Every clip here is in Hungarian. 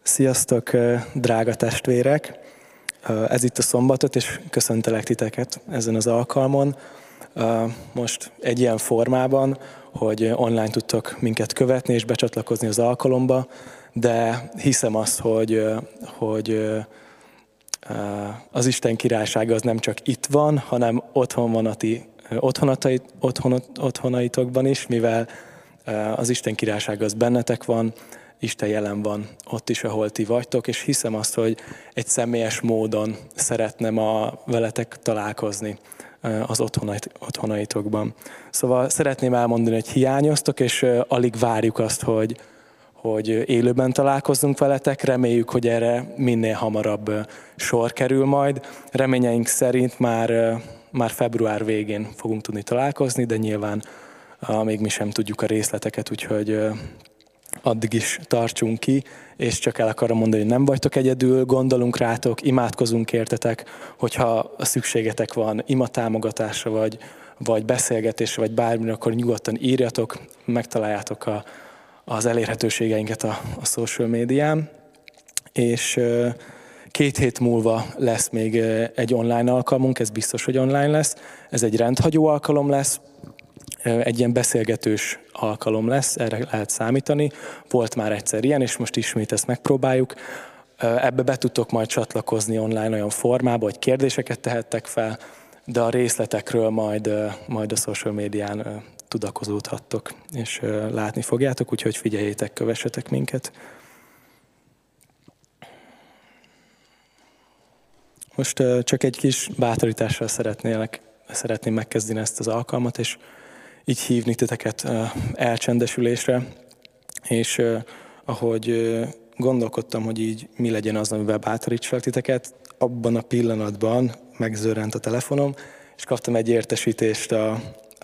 Sziasztok, drága testvérek! Ez itt a Szombatot, és köszöntelek titeket ezen az alkalmon. Most egy ilyen formában, hogy online tudtok minket követni és becsatlakozni az alkalomba, de hiszem azt, hogy az Isten királysága az nem csak itt van, hanem otthon van a ti otthonaitokban is, mivel az Isten királysága az bennetek van, Isten jelen van ott is, ahol ti vagytok, és hiszem azt, hogy egy személyes módon szeretne ma veletek találkozni az otthonaitokban. Szóval szeretném elmondani, hogy hiányoztok, és alig várjuk azt, hogy élőben találkozzunk veletek. Reméljük, hogy erre minél hamarabb sor kerül majd. Reményeink szerint már február végén fogunk tudni találkozni, de nyilván még mi sem tudjuk a részleteket, úgyhogy addig is tartsunk ki, és csak el akarom mondani, hogy nem vagytok egyedül, gondolunk rátok, imádkozunk értetek, hogyha szükségetek van imatámogatásra, vagy beszélgetésre, vagy bármire, akkor nyugodtan írjatok, megtaláljátok az elérhetőségeinket a social médián. És 2 hét múlva lesz még egy online alkalmunk, ez biztos, hogy online lesz. Ez egy rendhagyó alkalom lesz, egy ilyen beszélgetős alkalom lesz, erre lehet számítani. Volt már egyszer ilyen, és most ismét ezt megpróbáljuk. Ebbe be tudtok majd csatlakozni online olyan formában, hogy kérdéseket tehettek fel, de a részletekről majd a social médián tudakozódhattok, és látni fogjátok, úgyhogy figyeljétek, kövessetek minket. Most csak egy kis bátorítással szeretném megkezdeni ezt az alkalmat, és így hívni titeket elcsendesülésre, és ahogy gondolkodtam, hogy így mi legyen az, amivel bátorítsalak titeket, abban a pillanatban megzörrent a telefonom, és kaptam egy értesítést a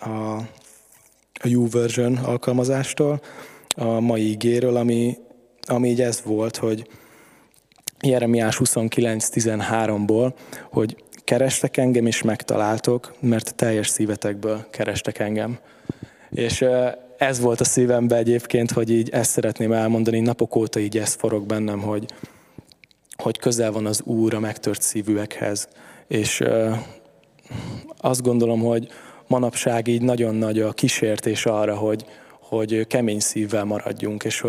YouVersion alkalmazástól, a mai igéről, ami így ez volt, hogy Jeremiás 29:13-ból, hogy kerestek engem, és megtaláltok, mert teljes szívetekből kerestek engem. És ez volt a szívemben egyébként, hogy így ezt szeretném elmondani, napok óta így ez forog bennem, hogy közel van az Úr a megtört szívűekhez. És azt gondolom, hogy manapság így nagyon nagy a kísértés arra, hogy kemény szívvel maradjunk, és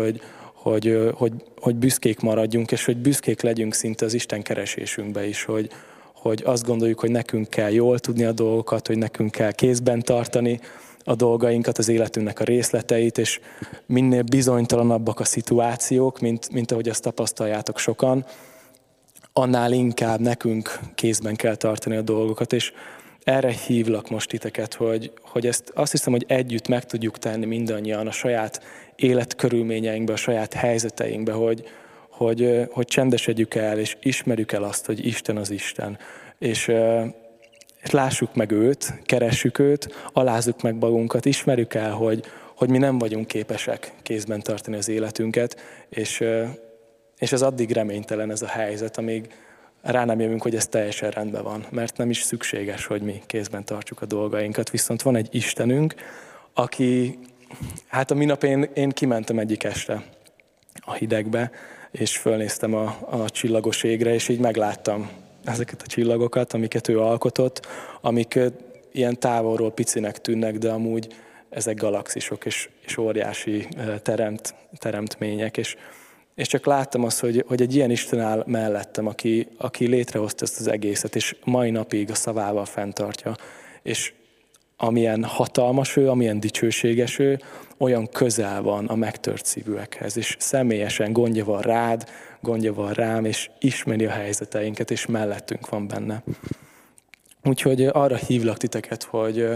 hogy büszkék maradjunk, és hogy büszkék legyünk szinte az Isten keresésünkbe is, hogy azt gondoljuk, hogy nekünk kell jól tudni a dolgokat, hogy nekünk kell kézben tartani a dolgainkat, az életünknek a részleteit, és minél bizonytalanabbak a szituációk, mint ahogy azt tapasztaljátok sokan, annál inkább nekünk kézben kell tartani a dolgokat, és erre hívlak most titeket, hogy ezt azt hiszem, hogy együtt meg tudjuk tenni mindannyian a saját életkörülményeinkbe, a saját helyzeteinkbe, hogy csendesedjük el, és ismerjük el azt, hogy Isten az Isten. És lássuk meg őt, keressük őt, alázzuk meg magunkat, ismerjük el, hogy mi nem vagyunk képesek kézben tartani az életünket, és ez addig reménytelen ez a helyzet, amíg rá nem jövünk, hogy ez teljesen rendben van, mert nem is szükséges, hogy mi kézben tartsuk a dolgainkat. Viszont van egy Istenünk, aki, hát a minap én kimentem egyik este a hidegbe, és fölnéztem a csillagos égre, és így megláttam ezeket a csillagokat, amiket ő alkotott, amik ilyen picinek tűnnek, de amúgy ezek galaxisok és óriási teremtmények. És csak láttam azt, hogy egy ilyen Isten áll mellettem, aki létrehozta ezt az egészet, és mai napig a szavával fenntartja. És amilyen hatalmas ő, amilyen dicsőséges ő, olyan közel van a megtört szívűekhez, és személyesen gondja van rád, gondja van rám, és ismeri a helyzeteinket, és mellettünk van benne. Úgyhogy arra hívlak titeket,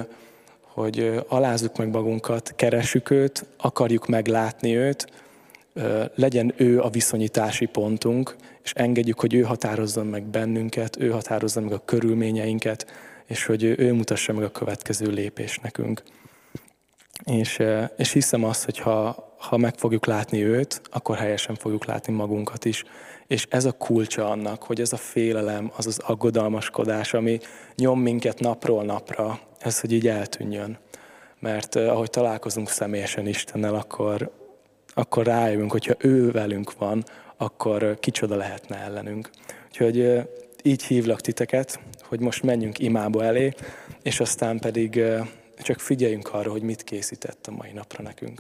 hogy alázzuk meg magunkat, keressük őt, akarjuk meglátni őt, legyen ő a viszonyítási pontunk, és engedjük, hogy ő határozzon meg bennünket, ő határozzon meg a körülményeinket, és hogy ő mutassa meg a következő lépést nekünk. És hiszem azt, hogy ha meg fogjuk látni őt, akkor helyesen fogjuk látni magunkat is. És ez a kulcsa annak, hogy ez a félelem, az aggodalmaskodás, ami nyom minket napról napra, ez, hogy így eltűnjön. Mert ahogy találkozunk személyesen Istennel, akkor rájövünk, hogyha ő velünk van, akkor kicsoda lehetne ellenünk. Úgyhogy így hívlak titeket, hogy most menjünk imába elé, és aztán pedig csak figyeljünk arra, hogy mit készített a mai napra nekünk.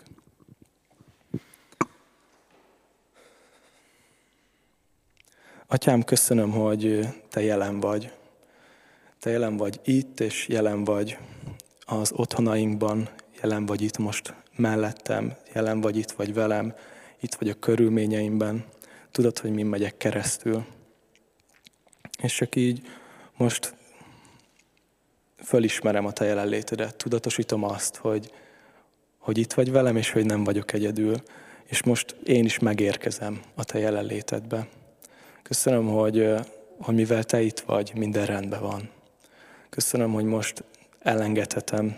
Atyám, köszönöm, hogy Te jelen vagy. Te jelen vagy itt, és jelen vagy az otthonainkban, jelen vagy itt most mellettem, jelen vagy itt vagy velem, itt vagy a körülményeimben. Tudod, hogy min megyek keresztül. És csak így most fölismerem a Te jelenlétedet, tudatosítom azt, hogy itt vagy velem, és hogy nem vagyok egyedül. És most én is megérkezem a Te jelenlétedbe. Köszönöm, hogy mivel Te itt vagy, minden rendben van. Köszönöm, hogy most elengedhetem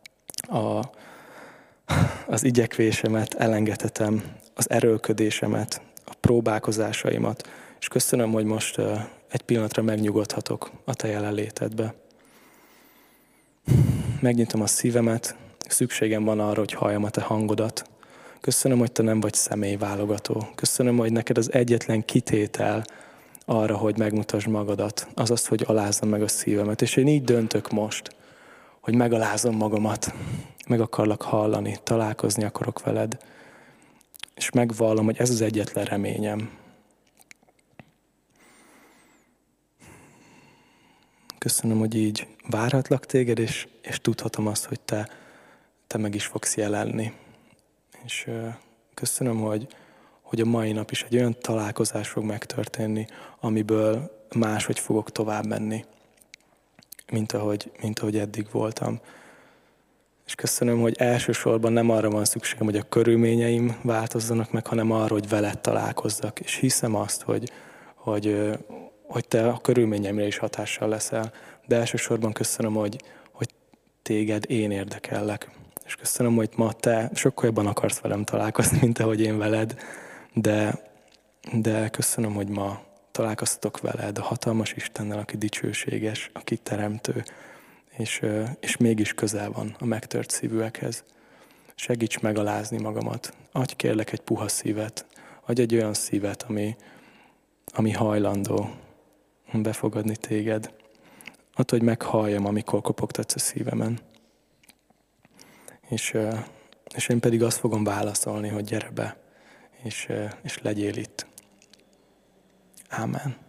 az igyekvésemet, elengedhetem az erőlködésemet, a próbálkozásaimat, és köszönöm, hogy most egy pillanatra megnyugodhatok a Te jelenlétedbe. Megnyitom a szívemet, szükségem van arra, hogy halljam a Te hangodat. Köszönöm, hogy Te nem vagy személyválogató. Köszönöm, hogy neked az egyetlen kitétel arra, hogy megmutasd magadat, az az, hogy alázzam meg a szívemet. És én így döntök most, hogy megalázom magamat, meg akarlak hallani, találkozni akarok veled, és megvallom, hogy ez az egyetlen reményem. Köszönöm, hogy így várhatlak téged, és tudhatom azt, hogy te meg is fogsz jelenni. És köszönöm, hogy a mai nap is egy olyan találkozás fog megtörténni, amiből máshogy fogok tovább menni, mint ahogy eddig voltam. És köszönöm, hogy elsősorban nem arra van szükségem, hogy a körülményeim változzanak meg, hanem arra, hogy veled találkozzak. És hiszem azt, hogy te a körülményeimre is hatással leszel. De elsősorban köszönöm, hogy téged én érdekellek. És köszönöm, hogy ma te sokkal jobban akarsz velem találkozni, mint ahogy én veled. De köszönöm, hogy ma találkoztatok veled, a hatalmas Istennel, aki dicsőséges, aki teremtő, és mégis közel van a megtört szívűekhez. Segíts megalázni magamat. Adj kérlek egy puha szívet. Adj egy olyan szívet, ami hajlandó befogadni téged. Add, hogy meghalljam, amikor kopogtatsz a szívemen. És én pedig azt fogom válaszolni, hogy gyere be, és legyél itt. Ámen.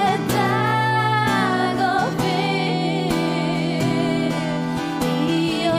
Így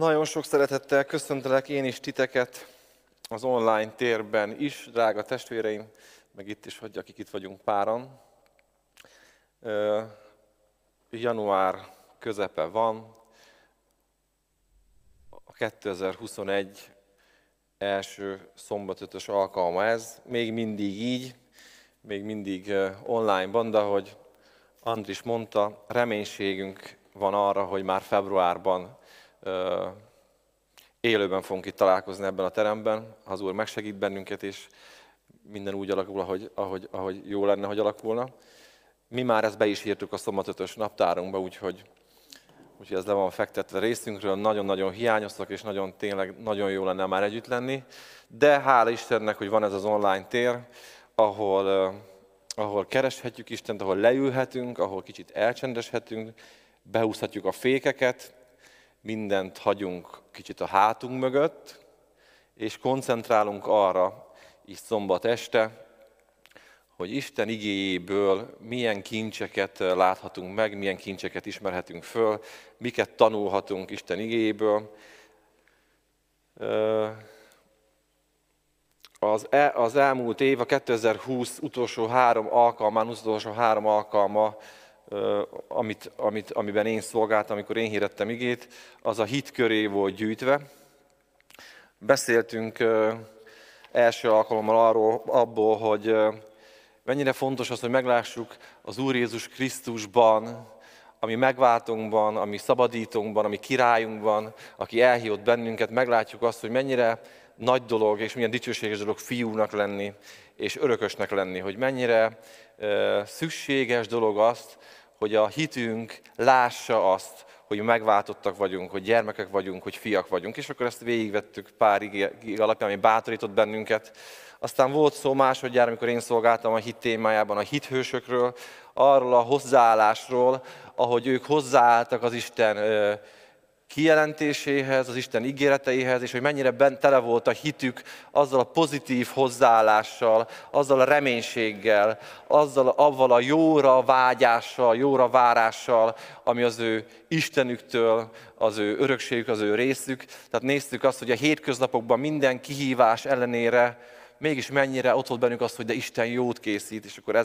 Nagyon sok szeretettel köszöntelek én is titeket az online térben is, drága testvéreim, meg itt is, hogy akik itt vagyunk páran. Január közepe van, a 2021 első szombatötös alkalma ez, még mindig így, még mindig online-ban, de ahogy Andris mondta, reménységünk van arra, hogy már februárban élőben fogunk itt találkozni ebben a teremben, ha az Úr megsegít bennünket, és minden úgy alakul, ahogy jó lenne, hogy alakulna. Mi már ezt be is írtuk a szombatötös naptárunkba, úgyhogy ez le van fektetve részünkről, nagyon-nagyon hiányoztak, és tényleg nagyon jó lenne már együtt lenni. De hála Istennek, hogy van ez az online tér, ahol kereshetjük Istent, ahol leülhetünk, ahol kicsit elcsendeshetünk, behúzhatjuk a fékeket, mindent hagyunk kicsit a hátunk mögött, és koncentrálunk arra is szombat este, hogy Isten igéjéből milyen kincseket láthatunk meg, milyen kincseket ismerhetünk föl, miket tanulhatunk Isten igéjéből. Az elmúlt év, a 2020 utolsó három alkalma, amiben én szolgáltam, amikor én hirdettem igét, az a hit köré volt gyűjtve. Beszéltünk első alkalommal abból, hogy mennyire fontos az, hogy meglássuk az Úr Jézus Krisztusban, ami megváltónkban, ami szabadítónkban, ami királyunkban, aki elhívott bennünket, meglátjuk azt, hogy mennyire nagy dolog és milyen dicsőséges dolog fiúnak lenni és örökösnek lenni, hogy mennyire szükséges dolog azt, hogy a hitünk lássa azt, hogy megváltottak vagyunk, hogy gyermekek vagyunk, hogy fiak vagyunk. És akkor ezt végigvettük pár ige alapján, ami bátorított bennünket. Aztán volt szó másodjára, amikor én szolgáltam a hit témájában, a hithősökről, arról a hozzáállásról, ahogy ők hozzáálltak az Isten kijelentéséhez, az Isten ígéreteihez, és hogy mennyire tele volt a hitük azzal a pozitív hozzáállással, azzal a reménységgel, avval a jóra vágyással, jóra várással, ami az ő Istenüktől, az ő örökségük, az ő részük. Tehát néztük azt, hogy a hétköznapokban minden kihívás ellenére mégis mennyire ott volt bennünk az, hogy de Isten jót készít, és akkor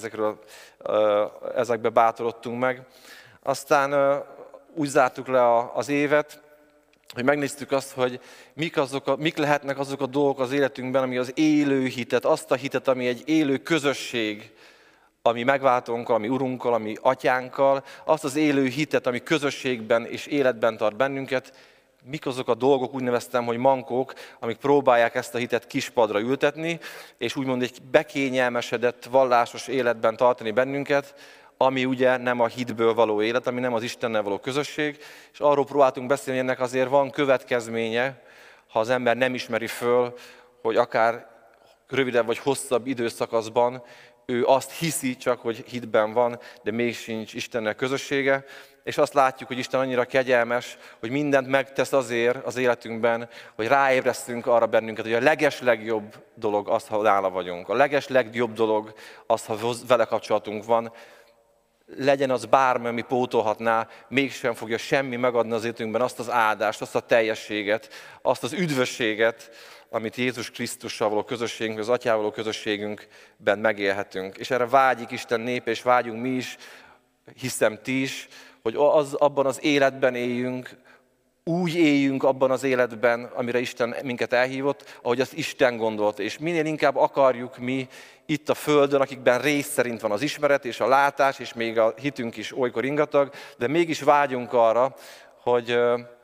ezekbe bátorodtunk meg. Aztán úgy zártuk le az évet, hogy megnéztük azt, hogy mik lehetnek azok a dolgok az életünkben, ami az élő hitet, azt a hitet, ami egy élő közösség, ami megváltónkkal, ami Urunkkal, ami Atyánkkal, azt az élő hitet, ami közösségben és életben tart bennünket, mik azok a dolgok, úgy neveztem, hogy mankók, amik próbálják ezt a hitet kispadra ültetni, és úgymond egy bekényelmesedett vallásos életben tartani bennünket, ami ugye nem a hitből való élet, ami nem az Istennel való közösség, és arról próbáltunk beszélni, hogy ennek azért van következménye, ha az ember nem ismeri föl, hogy akár rövidebb vagy hosszabb időszakaszban ő azt hiszi csak, hogy hitben van, de még sincs Istennel közössége, és azt látjuk, hogy Isten annyira kegyelmes, hogy mindent megtesz azért az életünkben, hogy ráébresztünk arra bennünket, hogy a legeslegjobb dolog az, ha nála vagyunk. A legeslegjobb dolog az, ha vele kapcsolatunk van, legyen az bármi, ami pótolhatná, mégsem fogja semmi megadni az életünkben azt az áldást, azt a teljességet, azt az üdvösséget, amit Jézus Krisztussal való közösségünk, az Atyával való közösségünkben megélhetünk. És erre vágyik Isten népe, és vágyunk mi is, hiszem ti is, hogy abban az életben éljünk, úgy éljünk abban az életben, amire Isten minket elhívott, ahogy azt Isten gondolta. És minél inkább akarjuk mi itt a Földön, akikben rész szerint van az ismeret és a látás, és még a hitünk is olykor ingatag, de mégis vágyunk arra, hogy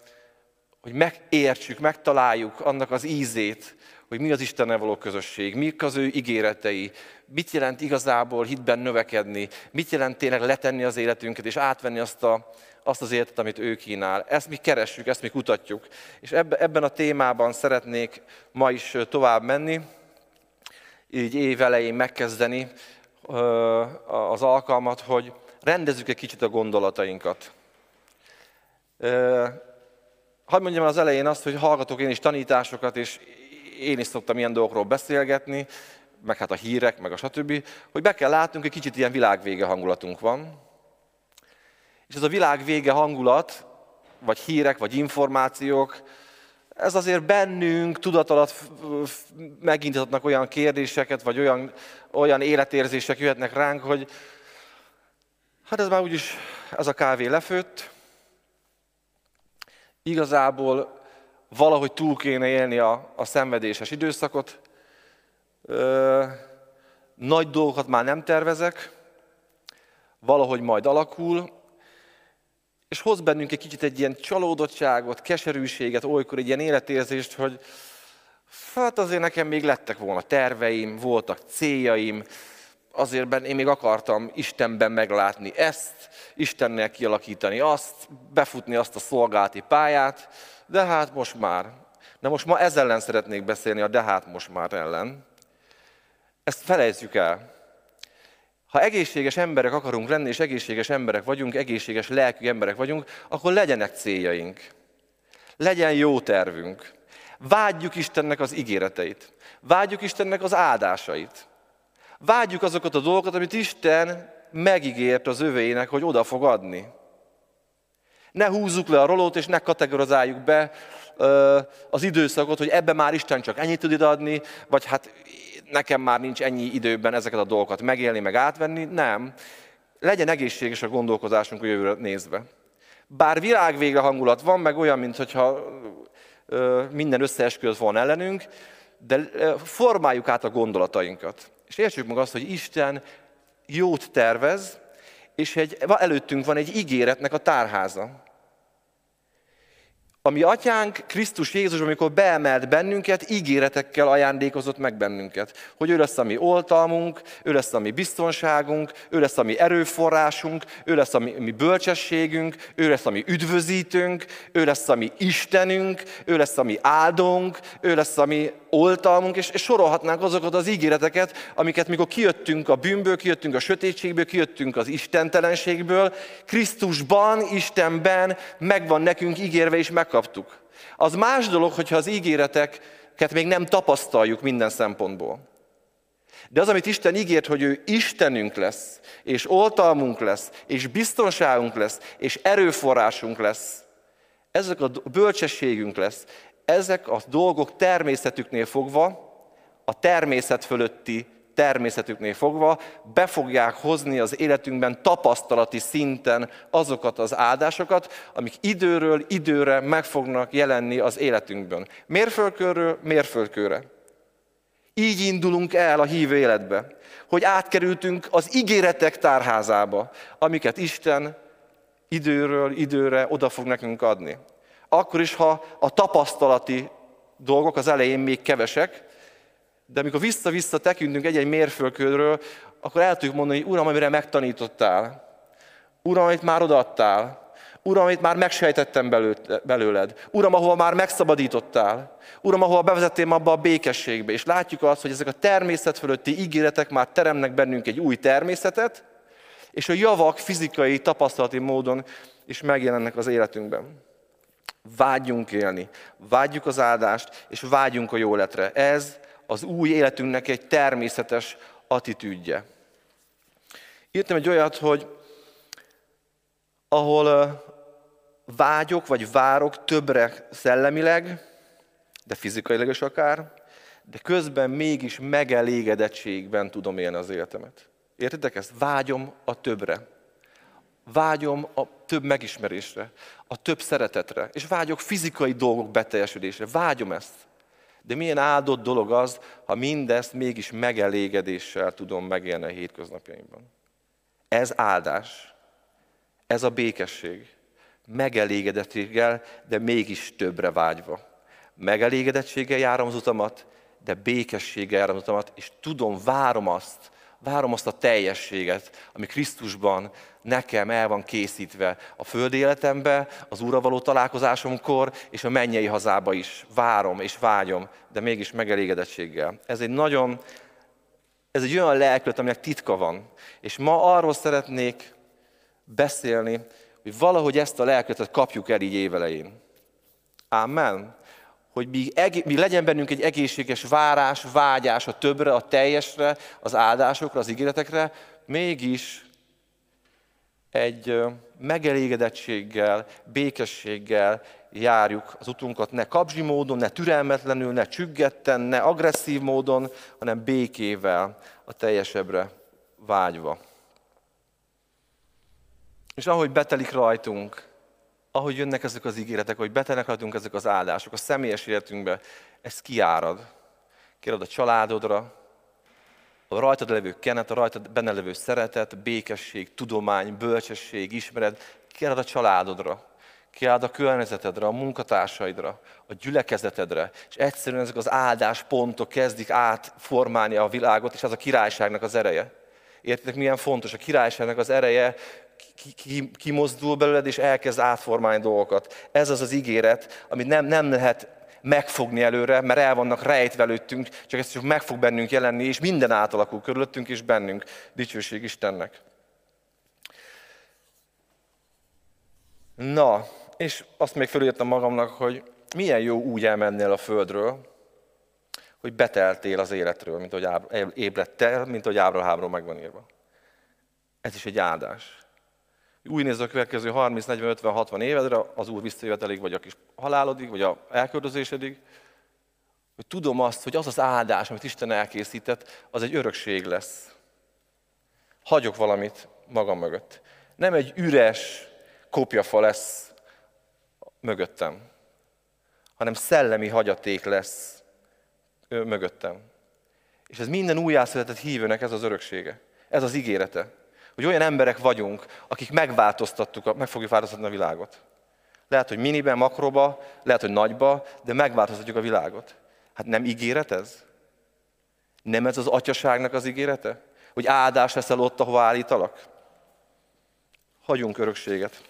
megértsük, megtaláljuk annak az ízét, hogy mi az Istennel való közösség, mik az ő ígéretei, mit jelent igazából hitben növekedni, mit jelent tényleg letenni az életünket, és átvenni azt az életet, amit ő kínál. Ezt mi keressük, ezt mi kutatjuk. És ebben a témában szeretnék ma is tovább menni, így év elején megkezdeni az alkalmat, hogy rendezzük egy kicsit a gondolatainkat. Hadd mondjam az elején azt, hogy hallgatok én is tanításokat, és én is szoktam ilyen dolgokról beszélgetni, meg hát a hírek, meg a stb., hogy be kell látnunk, hogy kicsit ilyen világvége hangulatunk van. És ez a világvége hangulat vagy hírek, vagy információk, ez azért bennünk tudat alatt megindíthatnak olyan kérdéseket, vagy olyan életérzések jöhetnek ránk, hogy hát ez már úgyis, ez a kávé lefőtt, igazából valahogy túl kéne élni a szenvedéses időszakot, nagy dolgokat már nem tervezek, valahogy majd alakul, és hoz bennünk egy kicsit egy ilyen csalódottságot, keserűséget, olykor egy ilyen életérzést, hogy hát azért nekem még lettek volna terveim, voltak céljaim, azért én még akartam Istenben meglátni ezt, Istennél kialakítani azt, befutni azt a szolgálati pályát, de hát most már. Na most ma ez ellen szeretnék beszélni, a de hát most már ellen. Ezt felejtsük el. Ha egészséges emberek akarunk lenni, és egészséges emberek vagyunk, egészséges lelkű emberek vagyunk, akkor legyenek céljaink. Legyen jó tervünk. Vágyjuk Istennek az ígéreteit. Vágyjuk Istennek az áldásait. Vágyjuk azokat a dolgokat, amit Isten megígért az övéinek, hogy oda fog adni. Ne húzzuk le a rolót, és ne kategorizáljuk be az időszakot, hogy ebben már Isten csak ennyit tud adni, vagy hát nekem már nincs ennyi időben ezeket a dolgokat megélni, meg átvenni. Nem. Legyen egészséges a gondolkozásunk a jövőre nézve. Bár világvége hangulat van, meg olyan, mintha minden összeesküvött volna ellenünk, de formáljuk át a gondolatainkat. És értsük meg azt, hogy Isten jót tervez, és előttünk van egy ígéretnek a tárháza. A mi atyánk Krisztus Jézus, amikor beemelt bennünket, ígéretekkel ajándékozott meg bennünket. Hogy ő lesz a mi oltalmunk, ő lesz a mi biztonságunk, ő lesz a mi erőforrásunk, ő lesz a mi bölcsességünk, ő lesz a mi üdvözítőnk, ő lesz a mi Istenünk, ő lesz a mi áldónk, ő lesz a mi oltalmunk, és sorolhatnánk azokat az ígéreteket, amiket mikor kijöttünk a bűnből, kijöttünk a sötétségből, kijöttünk az istentelenségből, Krisztusban, Istenben megvan nekünk ígérve, és megkaptuk. Az más dolog, hogyha az ígéreteket még nem tapasztaljuk minden szempontból. De az, amit Isten ígért, hogy ő Istenünk lesz, és oltalmunk lesz, és biztonságunk lesz, és erőforrásunk lesz, ezek a bölcsességünk lesz, ezek a dolgok természetüknél fogva, a természet fölötti természetüknél fogva be fogják hozni az életünkben tapasztalati szinten azokat az áldásokat, amik időről időre meg fognak jelenni az életünkben. Mérföldkörről mérföldkörre. Így indulunk el a hívő életbe, hogy átkerültünk az ígéretek tárházába, amiket Isten időről időre oda fog nekünk adni. Akkor is, ha a tapasztalati dolgok az elején még kevesek, de amikor vissza-vissza tekintünk egy-egy mérföldkörről, akkor el tudjuk mondani, hogy Uram, amire megtanítottál, Uram, amit már odaadtál, Uram, amit már megsejtettem belőled, Uram, ahova már megszabadítottál, Uram, ahova bevezettél abba a békességbe, és látjuk azt, hogy ezek a természet fölötti ígéretek már teremnek bennünk egy új természetet, és a javak fizikai, tapasztalati módon is megjelennek az életünkben. Vágyjunk élni, vágyjuk az áldást, és vágyjunk a jóletre. Ez az új életünknek egy természetes attitűdje. Írtam egy olyat, hogy ahol vágyok, vagy várok többre szellemileg, de fizikailag is akár, de közben mégis megelégedettségben tudom élni az életemet. Értitek ezt? Vágyom a többre. Vágyom a több megismerésre, a több szeretetre, és vágyok fizikai dolgok beteljesülésre. Vágyom ezt. De milyen áldott dolog az, ha mindezt mégis megelégedéssel tudom megélni a hétköznapjaimban. Ez áldás. Ez a békesség. Megelégedettséggel, de mégis többre vágyva. Megelégedettséggel járom az utamat, de békességgel járom az utamat, és várom azt a teljességet, ami Krisztusban nekem el van készítve a földi életemben, az Úrral való találkozásomkor, és a mennyei hazába is. Várom és vágyom, de mégis megelégedettséggel. Ez egy olyan lelkület, aminek titka van. És ma arról szeretnék beszélni, hogy valahogy ezt a lelkületet kapjuk el így évelején. Amen. Hogy mi legyen bennünk egy egészséges várás, vágyás a többre, a teljesre, az áldásokra, az ígéretekre, mégis egy megelégedettséggel, békességgel járjuk az utunkat, ne kapzsi módon, ne türelmetlenül, ne csüggetten, ne agresszív módon, hanem békével, a teljesebbre vágyva. És ahogy betelik rajtunk, ahogy jönnek ezek az ígéretek, hogy betelnek rajtunk ezek az áldások, a személyes életünkbe, ez kiárad. Kiárad a családodra, a rajtad levő kenet, a rajtad benne levő szeretet, békesség, tudomány, bölcsesség, ismeret, kiárad a családodra, kiárad a környezetedre, a munkatársaidra, a gyülekezetedre, és egyszerűen ezek az áldáspontok kezdik átformálni a világot, és ez a királyságnak az ereje. Értitek, milyen fontos? A királyságnak az ereje kimozdul belőled, és elkezd átformálni dolgokat. Ez az az ígéret, amit nem lehet megfogni előre, mert el vannak rejtve előttünk, csak ez csak meg fog bennünk jelenni, és minden átalakul körülöttünk és bennünk. Dicsőség Istennek. Na, és azt még felírtam magamnak, hogy milyen jó úgy elmennél a földről, hogy beteltél az életről, mint ahogy ébredtél, mint ahogy Ábrahámról meg van írva. Ez is egy áldás. Úgy néz a következő 30, 40, 50, 60 évedre, az Úr visszajövetelig, vagy a kis halálodig, vagy a elköltözésedig, hogy tudom azt, hogy az az áldás, amit Isten elkészített, az egy örökség lesz. Hagyok valamit magam mögött. Nem egy üres kopjafa lesz mögöttem, hanem szellemi hagyaték lesz mögöttem. És ez minden újjászületett hívőnek ez az öröksége, ez az ígérete. Hogy olyan emberek vagyunk, akik meg fogjuk változtatni a világot. Lehet, hogy miniben, makroba, lehet, hogy nagyba, de megváltoztatjuk a világot. Hát nem ígéret ez? Nem ez az atyaságnak az ígérete? Hogy áldás leszel ott, ahova állítalak? Hagyjunk örökséget.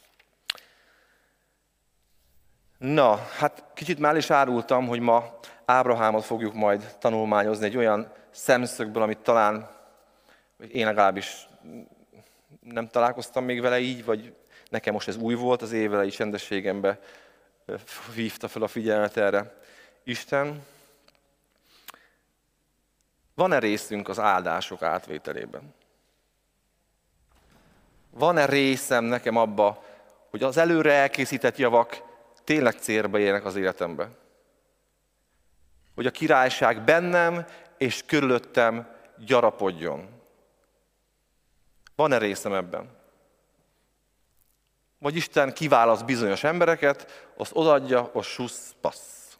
Na, hát kicsit már is árultam, hogy ma Ábrahámot fogjuk majd tanulmányozni egy olyan szemszögből, amit talán én legalábbis nem találkoztam még vele így, vagy nekem most ez új volt, az évelei csendességembe hívta fel a figyelmet erre Isten. Van-e részünk az áldások átvételében? Van-e részem nekem abba, hogy az előre elkészített javak tényleg célba érnek az életembe? Hogy a királyság bennem és körülöttem gyarapodjon. Van-e részem ebben? Vagy Isten kiválaszt bizonyos embereket, azt odaadja, azt susz, passz.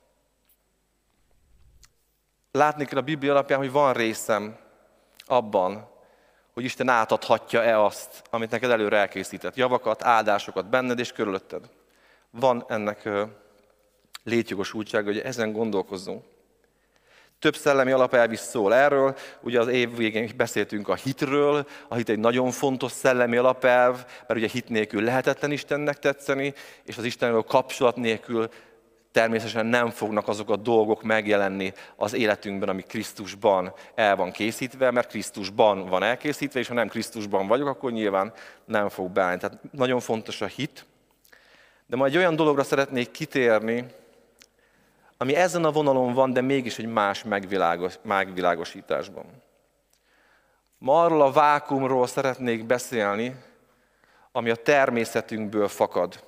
Látni kell a Biblia alapján, hogy van részem abban, hogy Isten átadhatja-e azt, amit neked előre elkészített. Javakat, áldásokat benned és körülötted. Van ennek létjogosultsága, hogy ezen gondolkozzunk. Több szellemi alapelv is szól erről, ugye az év végén beszéltünk a hitről, a hit egy nagyon fontos szellemi alapelv, mert ugye hit nélkül lehetetlen Istennek tetszeni, és az Istenről kapcsolat nélkül természetesen nem fognak azok a dolgok megjelenni az életünkben, ami Krisztusban el van készítve, mert Krisztusban van elkészítve, és ha nem Krisztusban vagyok, akkor nyilván nem fog beállni. Tehát nagyon fontos a hit. De majd egy olyan dologra szeretnék kitérni, ami ezen a vonalon van, de mégis egy más megvilágosításban. Ma arról a vákuumról szeretnék beszélni, ami a természetünkből fakad.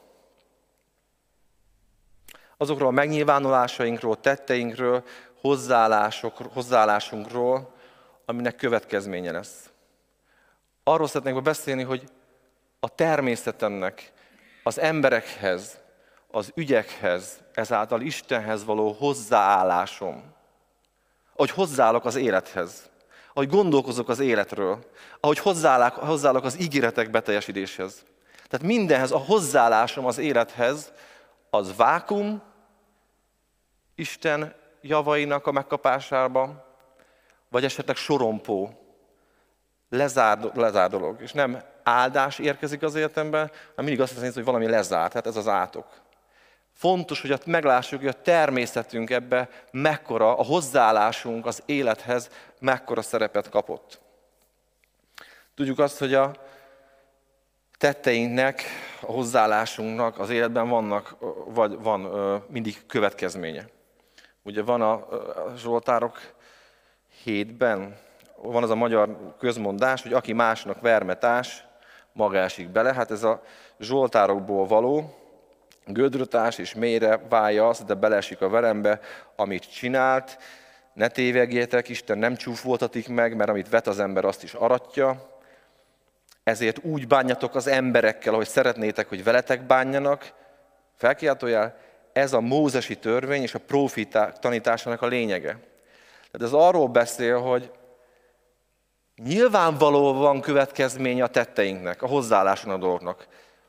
Azokról a megnyilvánulásainkról, tetteinkről, hozzáállásunkról, aminek következménye lesz. Arról szeretnék beszélni, hogy a természetemnek az emberekhez, az ügyekhez, ezáltal Istenhez való hozzáállásom. Ahogy hozzáállok az élethez, ahogy gondolkozok az életről, ahogy hozzáállok az ígéretek beteljesítéshez. Tehát mindenhez a hozzáállásom az élethez, az vákum, Isten javainak a megkapásában, vagy esetleg sorompó, lezár dolog. És nem áldás érkezik az életemben, hanem mindig azt hiszem, hogy valami lezár, tehát ez az átok. Fontos, hogy meglássuk, hogy a természetünk ebbe mekkora, a hozzáállásunk az élethez mekkora szerepet kapott. Tudjuk azt, hogy a tetteinknek, a hozzáállásunknak az életben van mindig következménye. Ugye van a Zsoltárok 7-ben, van az a magyar közmondás, hogy aki másnak vermet ás, maga esik bele. Hát ez a Zsoltárokból való, gödrötás és mélyre válja azt, de beleesik a verembe, amit csinált. Ne tévegjetek, Isten nem csúfoltatik meg, mert amit vet az ember, azt is aratja. Ezért úgy bánjatok az emberekkel, ahogy szeretnétek, hogy veletek bánjanak. Felkiáltójel, ez a mózesi törvény és a prófiták tanításának a lényege. Tehát ez arról beszél, hogy nyilvánvalóan van következménye a tetteinknek, a hozzáálláson a dolgoknak.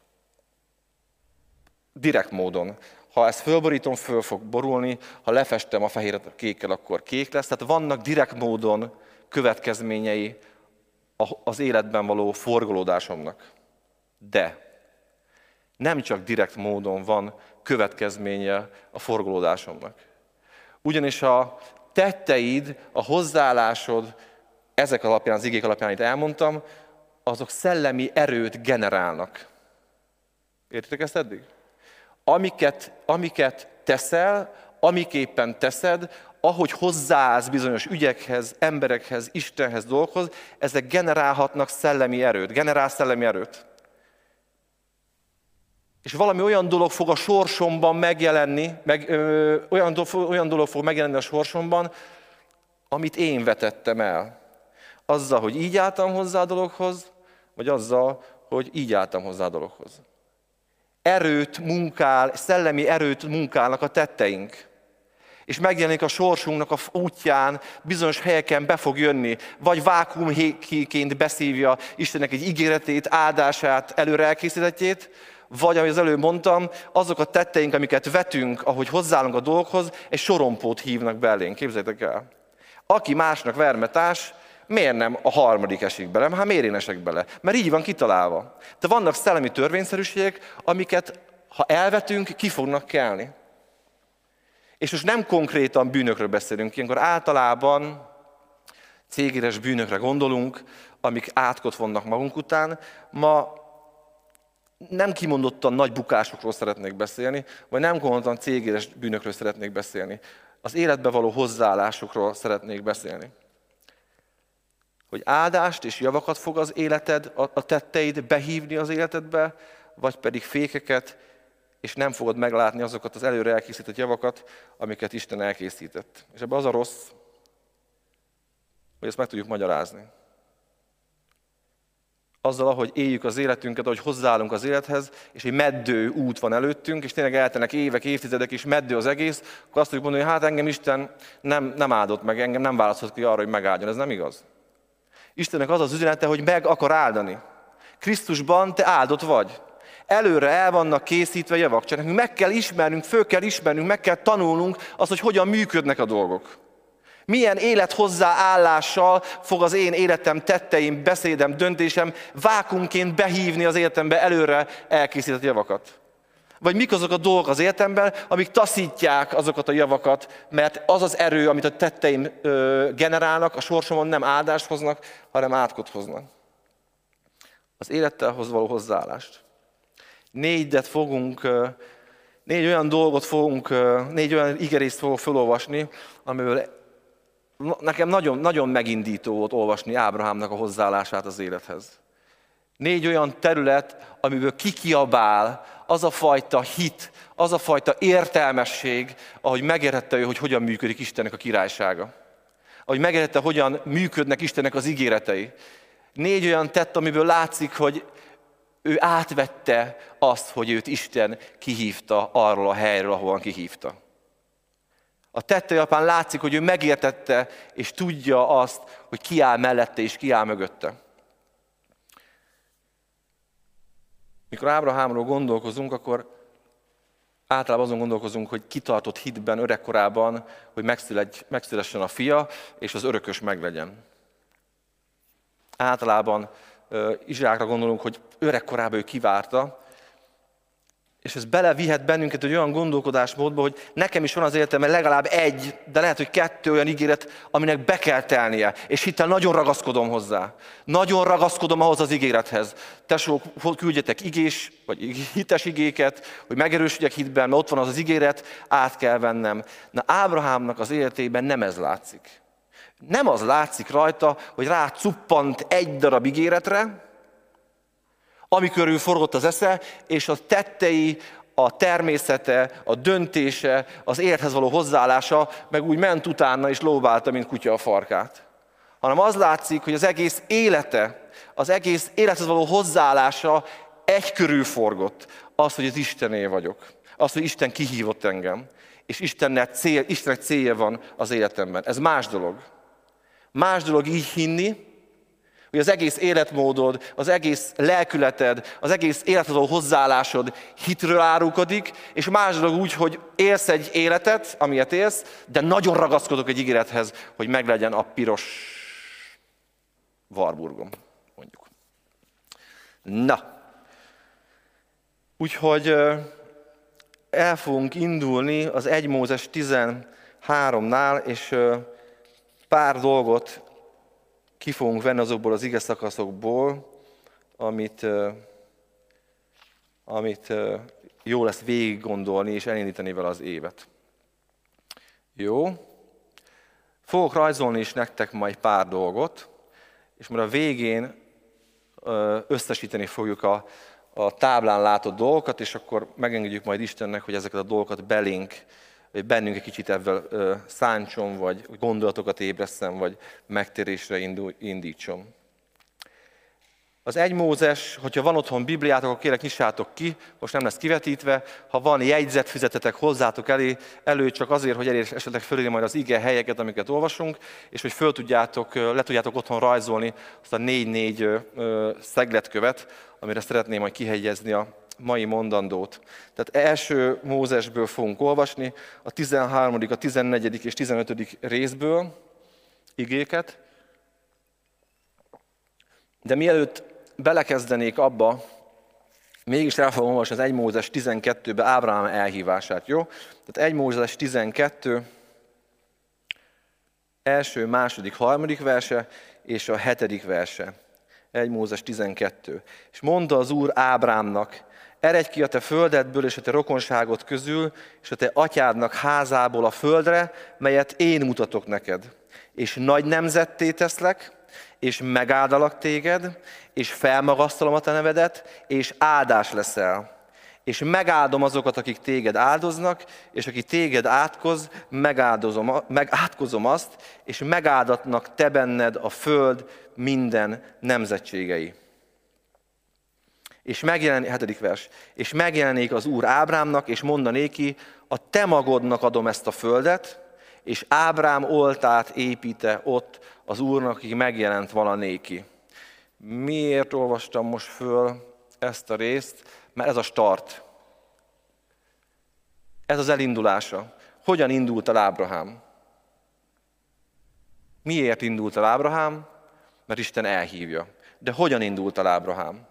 Direkt módon. Ha ezt fölborítom, föl fog borulni, ha lefestem a fehéret a kékkel, akkor kék lesz. Tehát vannak direkt módon következményei az életben való forgolódásomnak. De nem csak direkt módon van következménye a forgolódásomnak. Ugyanis a tetteid, a hozzáállásod, ezek alapján, az igék alapján, amit elmondtam, azok szellemi erőt generálnak. Értitek ezt eddig? Amiket teszel, amiképpen teszed, ahogy hozzáállsz bizonyos ügyekhez, emberekhez, Istenhez, dolgokhoz, ezek generálhatnak szellemi erőt, generál szellemi erőt. És valami olyan dolog fog a sorsomban megjelenni, olyan dolog fog megjelenni a sorsomban, amit én vetettem el. Azzal, hogy így álltam hozzá a dologhoz, vagy azzal, hogy így álltam hozzá a dologhoz. Erőt munkál, szellemi erőt munkálnak a tetteink. És megjelenik a sorsunknak a útján, bizonyos helyeken be fog jönni, vagy vákuumként beszívja Istennek egy ígéretét, áldását, előre elkészítettjét, vagy, ahogy az előbb mondtam, azok a tetteink, amiket vetünk, ahogy hozzáállunk a dolgokhoz, egy sorompót hívnak belénk. Képzeljétek el. Aki másnak vermetás, miért nem a harmadik esik bele? Hát miért én esek bele? Mert így van kitalálva. De vannak szellemi törvényszerűségek, amiket, ha elvetünk, ki fognak kelni. És most nem konkrétan bűnökről beszélünk, ilyenkor általában cégéres bűnökre gondolunk, amik átkot vonnak magunk után. Ma nem kimondottan nagy bukásokról szeretnék beszélni, vagy nem kimondottan cégéres bűnökről szeretnék beszélni. Az életbe való hozzáállásokról szeretnék beszélni. Hogy áldást és javakat fog az életed, a tetteid behívni az életedbe, vagy pedig fékeket, és nem fogod meglátni azokat az előre elkészített javakat, amiket Isten elkészített. És ebben az a rossz, hogy ezt meg tudjuk magyarázni. Azzal, ahogy éljük az életünket, ahogy hozzáállunk az élethez, és egy meddő út van előttünk, és tényleg eltelnek évek, évtizedek, és meddő az egész, akkor azt tudjuk mondani, hogy hát engem Isten nem áldott meg, engem nem választhat ki arra, hogy megáldjon. Ez nem igaz. Istennek az az üzenete, hogy meg akar áldani. Krisztusban te áldott vagy. Előre el vannak készítve javak, csak nekünk meg kell ismernünk, föl kell ismernünk, meg kell tanulnunk azt, hogy hogyan működnek a dolgok. Milyen élethozzáállással fog az én életem, tetteim, beszédem, döntésem vákumként behívni az életembe előre elkészített javakat. Vagy mik azok a dolgok az életemben, amik taszítják azokat a javakat, mert az az erő, amit a tetteim generálnak, a sorsomon nem áldást hoznak, hanem átkot hoznak. Az élettelhoz való hozzáállást. Négy olyan igerészt fogok felolvasni, amiből nekem nagyon, nagyon megindító volt olvasni Ábrahámnak a hozzáállását az élethez. 4 olyan terület, amiből kikiabál az a fajta hit, az a fajta értelmesség, ahogy megértette ő, hogy hogyan működik Istennek a királysága. Ahogy megértette, hogyan működnek Istennek az ígéretei. 4 olyan tett, amiből látszik, hogy ő átvette azt, hogy őt Isten kihívta arról a helyről, ahol kihívta. A tettei alapján látszik, hogy ő megértette, és tudja azt, hogy ki áll mellette, és ki áll mögötte. Mikor Ábrahámról gondolkozunk, akkor általában azon gondolkozunk, hogy kitartott hitben öregkorában, hogy megszülessen a fia, és az örökös meglegyen. Általában Izsákra gondolunk, hogy öregkorában ő kivárta, és ez belevihet bennünket egy olyan gondolkodásmódba, hogy nekem is van az életemben legalább 1, de lehet, hogy 2 olyan ígéret, aminek be kell telnie. És hittel nagyon ragaszkodom hozzá. Nagyon ragaszkodom ahhoz az ígérethez. Tesók, küldjetek igés, vagy hites igéket, hogy megerősödjek hitben, mert ott van az az ígéret, át kell vennem. Na, Ábrahámnak az életében nem ez látszik. Nem az látszik rajta, hogy rácuppant 1 darab ígéretre, ami körül forgott az esze, és a tettei, a természete, a döntése, az élethez való hozzáállása, meg úgy ment utána és lóbálta, mint kutya a farkát. Hanem az látszik, hogy az egész élete, az egész élethez való hozzáállása egy körül forgott. Az, hogy az Istené vagyok. Az, hogy Isten kihívott engem. És Istennek célja van az életemben. Ez más dolog. Más dolog így hinni, hogy az egész életmódod, az egész lelkületed, az egész élethez való hozzáállásod hitről árulkodik, és más dolog úgy, hogy élsz egy életet, amilyet élsz, de nagyon ragaszkodok egy ígérethez, hogy meglegyen a piros Warburgom, mondjuk. Na, úgyhogy el fogunk indulni az 1 Mózes 13-nál, és pár dolgot ki fogunk venni azokból az igeszakaszokból, amit jó lesz végig gondolni és elindítani vele az évet. Jó? Fogok rajzolni is nektek majd pár dolgot, és majd a végén összesíteni fogjuk a táblán látott dolgokat, és akkor megengedjük majd Istennek, hogy ezeket a dolgokat belénk, vagy bennünk egy kicsit ebben szántson, vagy gondolatokat ébresszen, vagy megtérésre indítson. Az 1 Mózes, hogyha van otthon Bibliátok, akkor kérlek nyissátok ki, most nem lesz kivetítve. Ha van jegyzetfüzetetek, hozzátok elő csak azért, hogy esetleg fölírni majd az ige helyeket, amiket olvasunk, és hogy le tudjátok otthon rajzolni azt a 4-4 szegletkövet, amire szeretném majd kihegyezni a mai mondandót. Tehát első Mózesből fogunk olvasni, a 13., a 14. és 15. részből igéket. De mielőtt belekezdenék abba, mégis el fogom olvasni az 1 Mózes 12-be Ábrahám elhívását, jó? Tehát 1 Mózes 12, első, második, harmadik verse és a 7. verse. 1 Mózes 12. És mondta az Úr Ábrámnak, eredj ki a te földedből és a te rokonságod közül, és a te atyádnak házából a földre, melyet én mutatok neked. És nagy nemzetté teszlek, és megáldalak téged, és felmagasztalom a te nevedet, és áldás leszel. És megáldom azokat, akik téged áldoznak, és aki téged megátkozom azt, és megáldatnak te benned a föld minden nemzetségei. És megjelenik, 7. vers, és megjelenik az Úr Ábrámnak, és mondanéki, a te magodnak adom ezt a földet, és Ábrám oltárt építe ott az Úrnak, aki megjelent valanéki. Miért olvastam most föl ezt a részt? Mert ez a start. Ez az elindulása. Hogyan indult el Ábrahám? Miért indult el Ábrahám? Mert Isten elhívja. De hogyan indult el Ábrahám?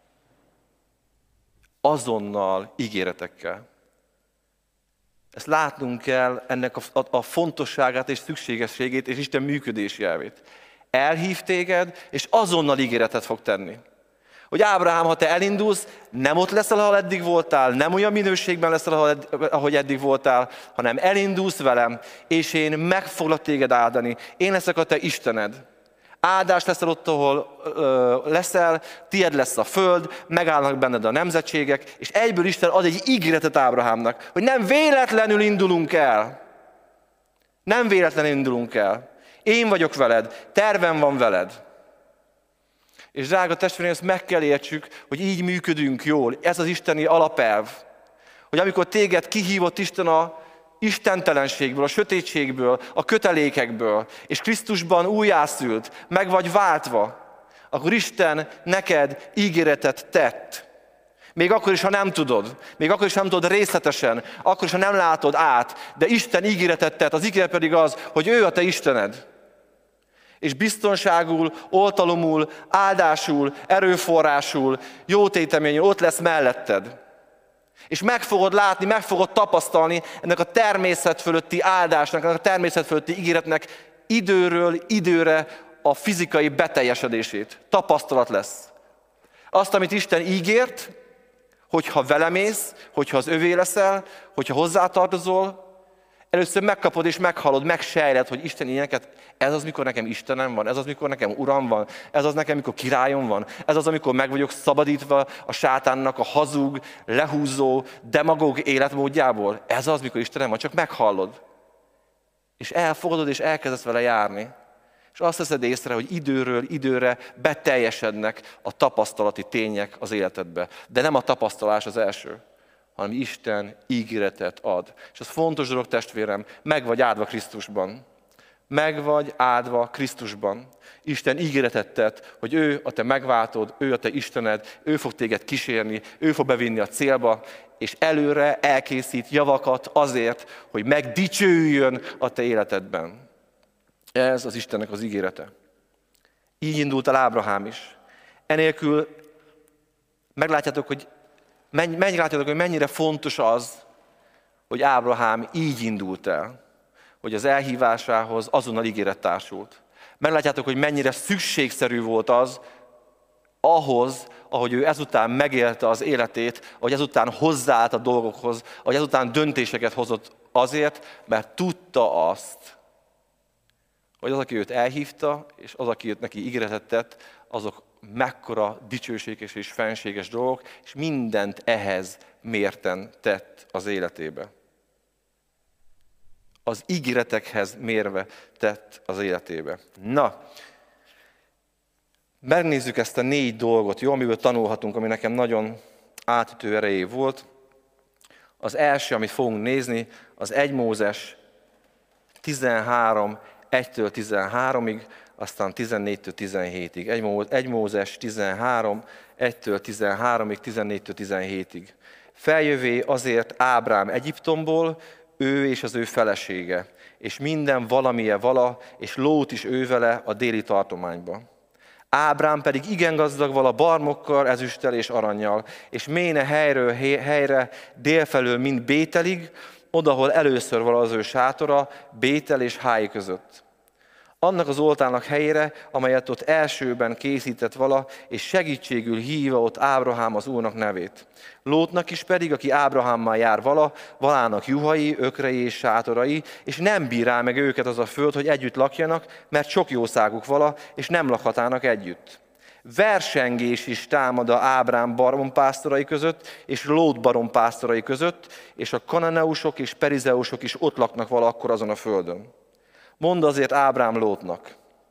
Azonnal ígéretekkel. Ezt látnunk kell, ennek a fontosságát és szükségességét és Isten működési elvét. Elhív téged, és azonnal ígéretet fog tenni. Hogy Ábrahám, ha te elindulsz, nem ott leszel, ahol eddig voltál, nem olyan minőségben leszel, ahogy eddig voltál, hanem elindulsz velem, és én meg foglak téged áldani. Én leszek a te Istened. Áldás leszel ott, ahol leszel, tied lesz a föld, megállnak benned a nemzetségek, és egyből Isten ad egy ígéretet Ábrahámnak, hogy nem véletlenül indulunk el. Nem véletlenül indulunk el. Én vagyok veled, tervem van veled. És drága testvéreim, ezt meg kell értsük, hogy így működünk jól. Ez az isteni alapelv. Hogy amikor téged kihívott Isten a istentelenségből, a sötétségből, a kötelékekből, és Krisztusban újjászült, meg vagy váltva, akkor Isten neked ígéretet tett. Még akkor is, ha nem tudod, még akkor is, ha nem tudod részletesen, akkor is, ha nem látod át, de Isten ígéretet tett, az ígéret pedig az, hogy ő a te Istened. És biztonságul, oltalomul, áldásul, erőforrásul, jótéteményül ott lesz melletted. És meg fogod látni, meg fogod tapasztalni ennek a természet fölötti áldásnak, ennek a természet fölötti ígéretnek időről időre a fizikai beteljesedését. Tapasztalat lesz. Azt, amit Isten ígért, hogyha vele mész, hogyha az övé leszel, hogyha hozzátartozol, Először megkapod és meghallod, megsejled, hogy Isten ilyeneket, ez az, mikor nekem Istenem van, ez az, mikor nekem Uram van, ez az nekem, mikor királyom van, ez az, amikor meg vagyok szabadítva a sátánnak a hazug, lehúzó, demagóg életmódjából. Ez az, mikor Istenem van, csak meghallod. És elfogadod, és elkezdesz vele járni. És azt veszed észre, hogy időről időre beteljesednek a tapasztalati tények az életedbe. De nem a tapasztalás az első, hanem Isten ígéretet ad. És az fontos dolog, testvérem, meg vagy áldva Krisztusban. Meg vagy áldva Krisztusban. Isten ígéretet tett, hogy ő a te megváltod, ő a te Istened, ő fog téged kísérni, ő fog bevinni a célba, és előre elkészít javakat azért, hogy megdicsőjön a te életedben. Ez az Istennek az ígérete. Így indult el Ábrahám is. Enélkül meglátjátok, hogy mennyire fontos az, hogy Ábrahám így indult el, hogy az elhívásához azonnal ígéret társult. Meglátjátok, hogy mennyire szükségszerű volt az, ahhoz, ahogy ő ezután megélte az életét, ahogy ezután hozzáállt a dolgokhoz, ahogy ezután döntéseket hozott azért, mert tudta azt, hogy az, aki őt elhívta, és az, aki őt neki ígéretet tett, azok mekkora dicsőséges és fenséges dolgok, és mindent ehhez mérten tett az életébe. Az ígéretekhez mérve tett az életébe. Na, megnézzük ezt a 4 dolgot, jó, amiből tanulhatunk, ami nekem nagyon átütő erejév volt. Az első, amit fogunk nézni, az 1 Mózes 13, 1-től 13-ig, aztán 14-től 17-ig. 1 Mózes 13, 1-től 13-ig, 14-től 17-ig. Feljövé azért Ábrám Egyiptomból, ő és az ő felesége, és minden valamije vala, és Lót is ő vele a déli tartományba. Ábrám pedig igen gazdag vala barmokkal, ezüsttel és arannyal, és méne helyről helyre délfelől mind Bételig, odahol először vala az ő sátora, Bétel és Hái között. Annak az oltának helyére, amelyet ott elsőben készített vala, és segítségül hívva ott Ábrahám az Úrnak nevét. Lótnak is pedig, aki Ábrahámmal jár vala, valának juhai, ökrei és sátorai, és nem bírál meg őket az a föld, hogy együtt lakjanak, mert sok jószáguk vala, és nem lakhatának együtt. Versengés is támad a Ábrám barompásztorai között, és Lót barompásztorai között, és a kananeusok és perizeusok is ott laknak valakkor azon a földön. Mondd azért Ábrám Lótnak,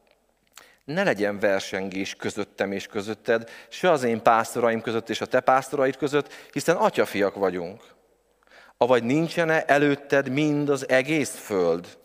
ne legyen versengés közöttem és közötted, se az én pásztoraim között és a te pásztoraid között, hiszen atyafiak vagyunk. Avagy nincsen-e előtted mind az egész föld?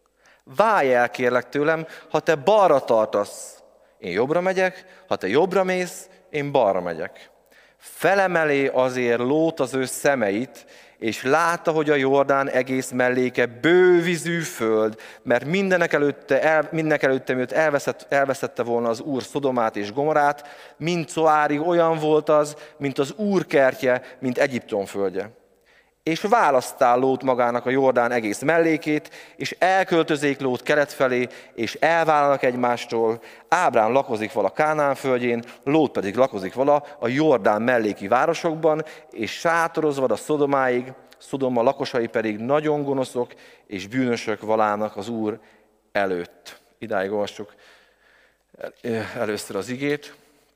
Válj el kérlek tőlem, ha te balra tartasz, én jobbra megyek, ha te jobbra mész, én balra megyek. Felemelé azért Lót az ő szemeit, és látta, hogy a Jordán egész melléke bővízű föld, mert mindenek előtte miatt elvesztette volna az Úr Szodomát és Gomorát, mint Zoárig olyan volt az, mint az Úr kertje, mint Egyiptom földje. És választál Lót magának a Jordán egész mellékét, és elköltözék Lót kelet felé, és elválnak egymástól. Ábrám lakozik vala Kánaán földjén, Lót pedig lakozik vala a Jordán melléki városokban, és sátorozvad a Szodomáig, Szodoma lakosai pedig nagyon gonoszok és bűnösök valának az Úr előtt. Idáig olvassuk először az igét.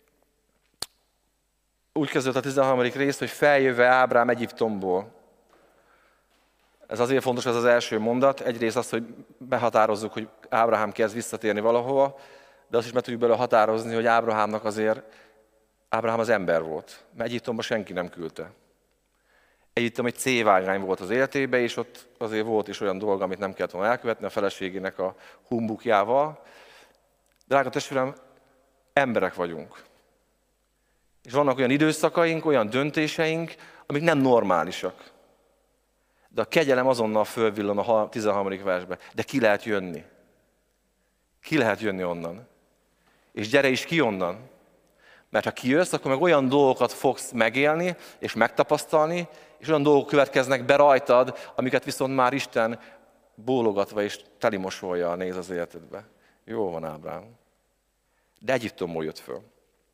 Úgy kezdődött a 13. rész, hogy feljöve Ábrám Egyiptomból. Ez azért fontos, ez az első mondat. Egyrészt az, hogy behatározzuk, hogy Ábrahám kezd visszatérni valahova, de azt is meg tudjuk belőle határozni, hogy Ábrahám az ember volt. Mert Egyiptomba senki nem küldte. Egyiptom egy célvágány volt az életébe, és ott azért volt is olyan dolga, amit nem kellett volna elkövetni a feleségének a humbukjával. Drága testvérem, emberek vagyunk. És vannak olyan időszakaink, olyan döntéseink, amik nem normálisak. De a kegyelem azonnal fölvillan a 13. versbe. De ki lehet jönni? Ki lehet jönni onnan? És gyere is ki onnan. Mert ha kijössz, akkor meg olyan dolgokat fogsz megélni, és megtapasztalni, és olyan dolgok következnek be rajtad, amiket viszont már Isten bólogatva és telimosolja néz az életedbe. Jó van, Ábrám. De Egyiptomból jött föl.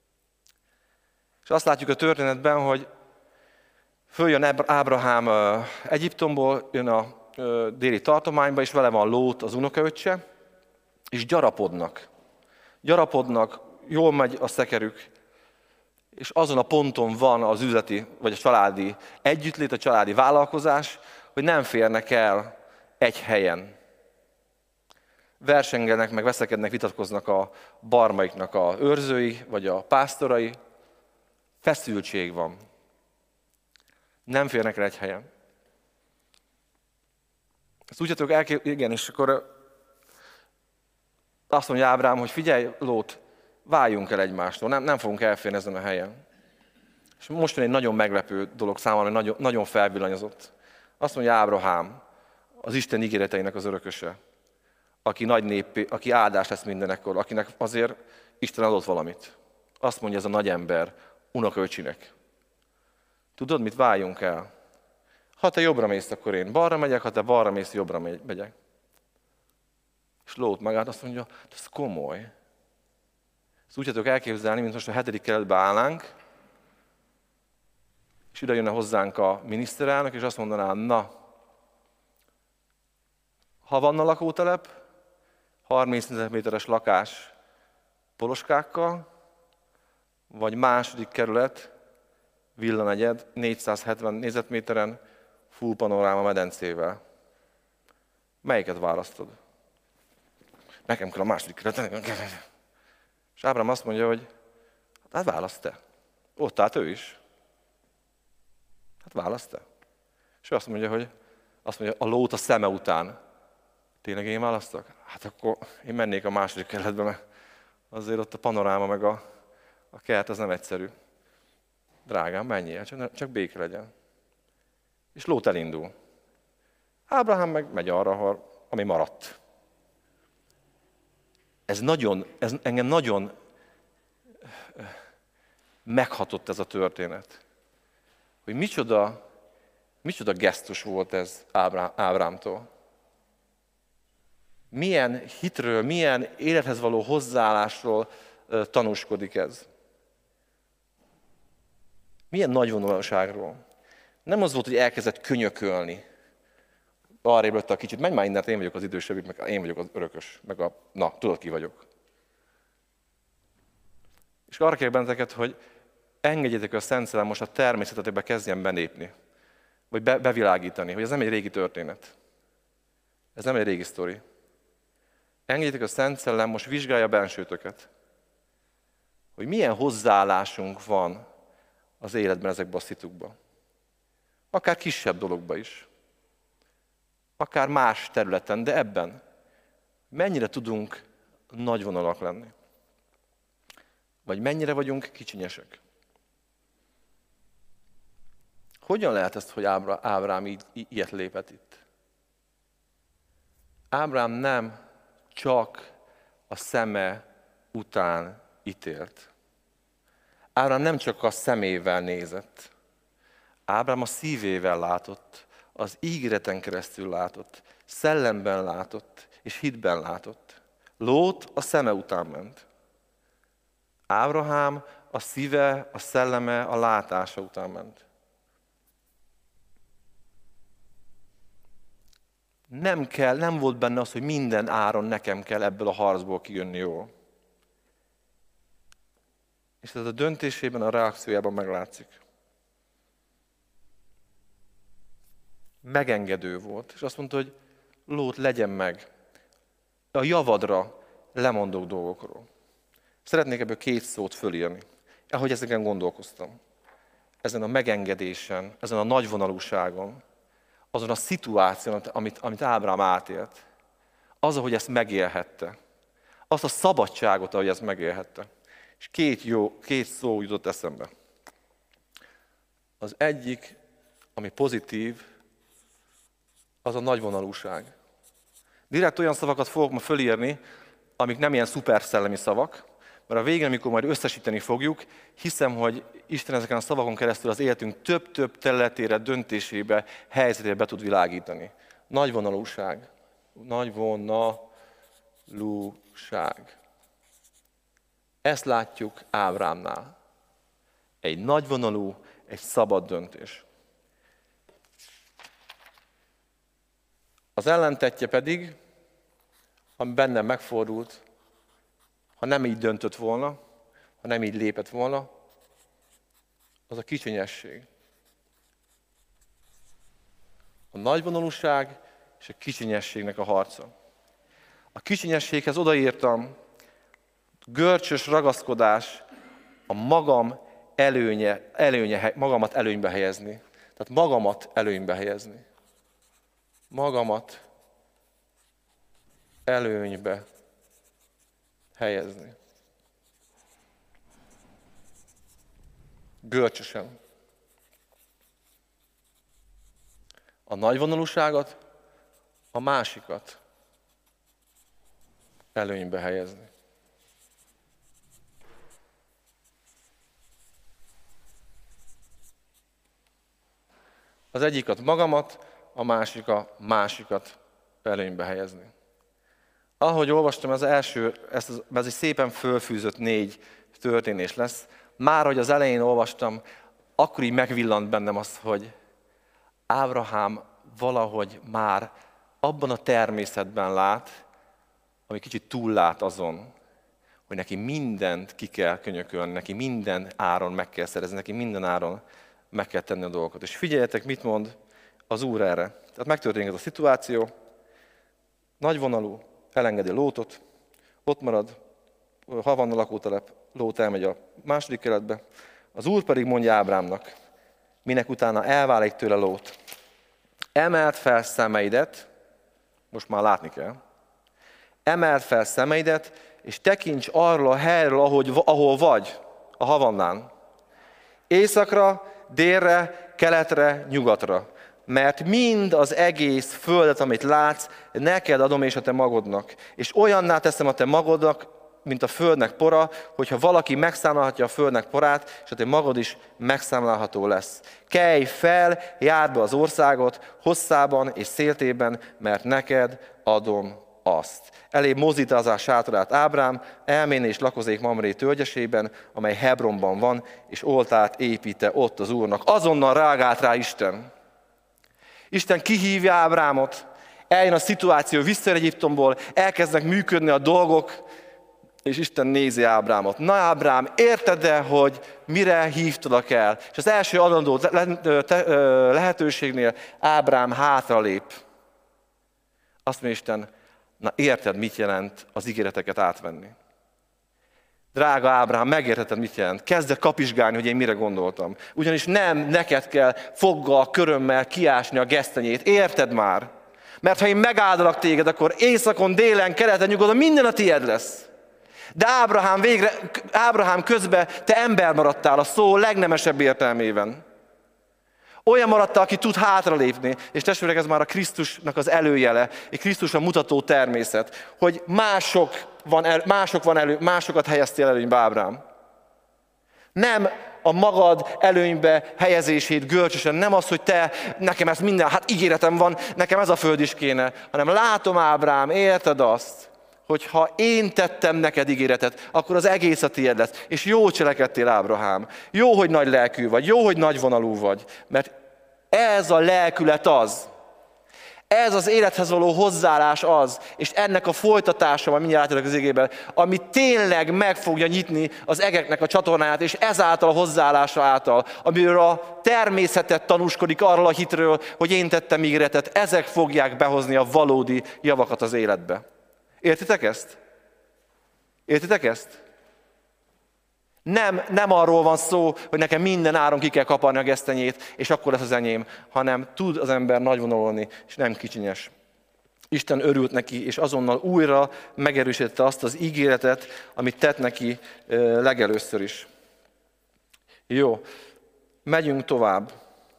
És azt látjuk a történetben, hogy följön Ábrahám Egyiptomból, jön a déli tartományba, és vele van Lót, az unokaöccse, és gyarapodnak. Gyarapodnak, jól megy a szekerük, és azon a ponton van az üzleti, vagy a családi együttlét, a családi vállalkozás, hogy nem férnek el egy helyen. Versengelnek, meg veszekednek, vitatkoznak a barmaiknak a őrzői, vagy a pásztorai. Feszültség van. Nem férnek el egy helyen. Ezt úgy tudjátok, igen, és akkor azt mondja Ábrám, hogy figyelj, Lót, váljunk el egymástól, nem fogunk elférni ezen a helyen. És most jön egy nagyon meglepő dolog számomra, hogy nagyon felvillanyozott. Azt mondja Ábrahám, az Isten ígéreteinek az örököse, aki nagy népé, aki áldás lesz mindenekkor, akinek azért Isten adott valamit. Azt mondja ez a nagy ember unokaöcsinek. Tudod mit? Váljunk el. Ha te jobbra mész, akkor én balra megyek, ha te balra mész, jobbra megyek. És Lót magát azt mondja, ez komoly. Ezt úgy tudjátok elképzelni, mint most a 7. kerületbe állnánk, és ide jönne hozzánk a miniszterelnök, és azt mondaná, na, ha van a lakótelep, 30 négyzetméteres lakás poloskákkal, vagy második kerület, villanegyed, 470 négyzetméteren, full panoráma medencével. Melyiket választod? Nekem kell a második kerület. És Ábrám azt mondja, hogy hát választ te. Ott állt ő is. Hát választ te. És ő azt mondja, a Lót a szeme után. Tényleg én választok? Hát akkor én mennék a második kerületbe, mert azért ott a panoráma meg a kert az nem egyszerű. Drágám, menjél, csak béke legyen. És Lót elindul. Ábrahám meg megy arra, ami maradt. Ez engem nagyon meghatott ez a történet. Hogy micsoda gesztus volt ez Ábrámtól. Milyen hitről, milyen élethez való hozzáállásról tanúskodik ez. Milyen nagyvonalúságról. Nem az volt, hogy elkezdett könyökölni. Arrébb lett a kicsit, menj már innen, én vagyok az idősebbik, meg én vagyok az örökös, na, tudod ki vagyok. És arra kérek benneteket, hogy engedjétek, hogy a Szent Szellem most a természetetekbe kezdjen belépni, vagy bevilágítani, hogy ez nem egy régi történet. Ez nem egy régi sztori. Engedjétek, a Szent Szellem most vizsgálja a bensőtöket, hogy milyen hozzáállásunk van az életben ezekben a szitukban. Akár kisebb dologban is. Akár más területen, de ebben mennyire tudunk nagyvonalak lenni? Vagy mennyire vagyunk kicsinyesek? Hogyan lehet ezt, hogy Ábrám ilyet lépett itt? Ábrám nem csak a szeme után ítélt. Ábrám nem csak a szemével nézett. Ábrám a szívével látott, az ígéreten keresztül látott, szellemben látott, és hitben látott. Lót a szeme után ment. Ábrahám a szíve, a szelleme, a látása után ment. Nem volt benne az, hogy minden áron nekem kell ebből a harcból kijönni jól. És ez a döntésében, a reakciójában meglátszik. Megengedő volt, és azt mondta, hogy Lót, legyen meg. A javadra lemondok dolgokról. Szeretnék ebből 2 szót fölírni, ahogy ezeken gondolkoztam. Ezen a megengedésen, ezen a nagyvonalúságon, azon a szituáción, amit Ábrám átélt. Az, ahogy ezt megélhette. Azt a szabadságot, ahogy ezt megélhette. És 2 szó jutott eszembe. Az egyik, ami pozitív, az a nagyvonalúság. Direkt olyan szavakat fogok ma fölírni, amik nem ilyen szuperszellemi szavak, mert a végén, amikor majd összesíteni fogjuk, hiszem, hogy Isten ezeken a szavakon keresztül az életünk több-több területére, döntésébe, helyzetébe be tud világítani. Nagyvonalúság. Nagyvonalúság. Ezt látjuk Ábrámnál. Egy nagyvonalú, egy szabad döntés. Az ellentetje pedig, ami bennem megfordult, ha nem így döntött volna, ha nem így lépett volna, az a kicsinyesség. A nagyvonalúság és a kicsinyességnek a harca. A kicsinyességhez odaírtam, görcsös ragaszkodás, a magamat előnybe helyezni. Tehát magamat előnybe helyezni. Magamat előnybe helyezni. Görcsösen. A nagyvonalúságot, a másikat előnybe helyezni. Az egyiket magamat, a másikat előnybe helyezni. Ahogy olvastam, ez egy szépen fölfűzött 4 történés lesz. Már, hogy az elején olvastam, akkor így megvillant bennem az, hogy Ábrahám valahogy már abban a természetben lát, ami kicsit túllát azon, hogy neki mindent ki kell könyökölni, neki minden áron meg kell szerezni, neki minden áron meg kell tenni a dolgokat. És figyeljetek, mit mond az Úr erre. Tehát megtörténik ez a szituáció, nagyvonalú, elengedi Lótot, ott marad, Havan a lakótelep, Lót elmegy a második keletbe, az Úr pedig mondja Ábrámnak, minek utána elválik tőle Lót. Emeld fel szemeidet, most már látni kell, emeld fel szemeidet, és tekints arról a helyről, ahol vagy, a Havannán. Északra, délre, keletre, nyugatra. Mert mind az egész földet, amit látsz, neked adom és a te magodnak. És olyanná teszem a te magodnak, mint a földnek pora, hogyha valaki megszámlálhatja a földnek porát, és a te magad is megszámlálható lesz. Kelj fel, járd be az országot, hosszában és széltében, mert neked adom azt. Elébb mozdítá sátorát Ábrám, elméne és lakozék Mamré tölgyesében, amely Hebronban van, és oltárt építe ott az Úrnak. Azonnal reagált rá Isten. Isten kihívja Ábrámot, eljön a szituáció, vissza Egyiptomból, elkezdnek működni a dolgok, és Isten nézi Ábrámot. Na Ábrám, érted-e, hogy mire hívtalak el? És az első adandó lehetőségnél Ábrám hátralép. Azt mondja Isten, na érted, mit jelent az ígéreteket átvenni? Drága Ábrám, megértheted, mit jelent? Kezd el kapizsgálni, hogy én mire gondoltam. Ugyanis nem neked kell foggal, körömmel kiásni a gesztenyét. Érted már? Mert ha én megáldalak téged, akkor északon, délen, keleten, nyugodon minden a tied lesz. De Ábrahám közben te ember maradtál a szó legnemesebb értelmében. Olyan maradtál, aki tud hátralépni, és testvérek, ez már a Krisztusnak az előjele, egy Krisztusra mutató természet, hogy másokat helyeztél előnybe, Ábrám. Nem a magad előnybe helyezését görcsösen, nem az, hogy te, nekem ez minden, hát ígéretem van, nekem ez a föld is kéne, hanem látom, Ábrám, érted azt, hogy ha én tettem neked ígéretet, akkor az egész a tiéd lesz. És jó cselekedtél, Ábrahám. Jó, hogy nagy lelkű vagy, jó, hogy nagyvonalú vagy. Mert ez a lelkület az. Ez az élethez való hozzáállás az, és ennek a folytatása, majd mindjárt átadok az igében, ami tényleg meg fogja nyitni az egeknek a csatornáját, és ezáltal a hozzáállása által, amiről a természetet tanúskodik arról a hitről, hogy én tettem ígéretet, ezek fogják behozni a valódi javakat az életbe. Értitek ezt? Értitek ezt? Nem arról van szó, hogy nekem minden áron ki kell kaparni a gesztenyét, és akkor lesz az enyém, hanem tud az ember nagyvonalolni, és nem kicsinyes. Isten örült neki, és azonnal újra megerősítette azt az ígéretet, amit tett neki legelőször is. Jó, megyünk tovább.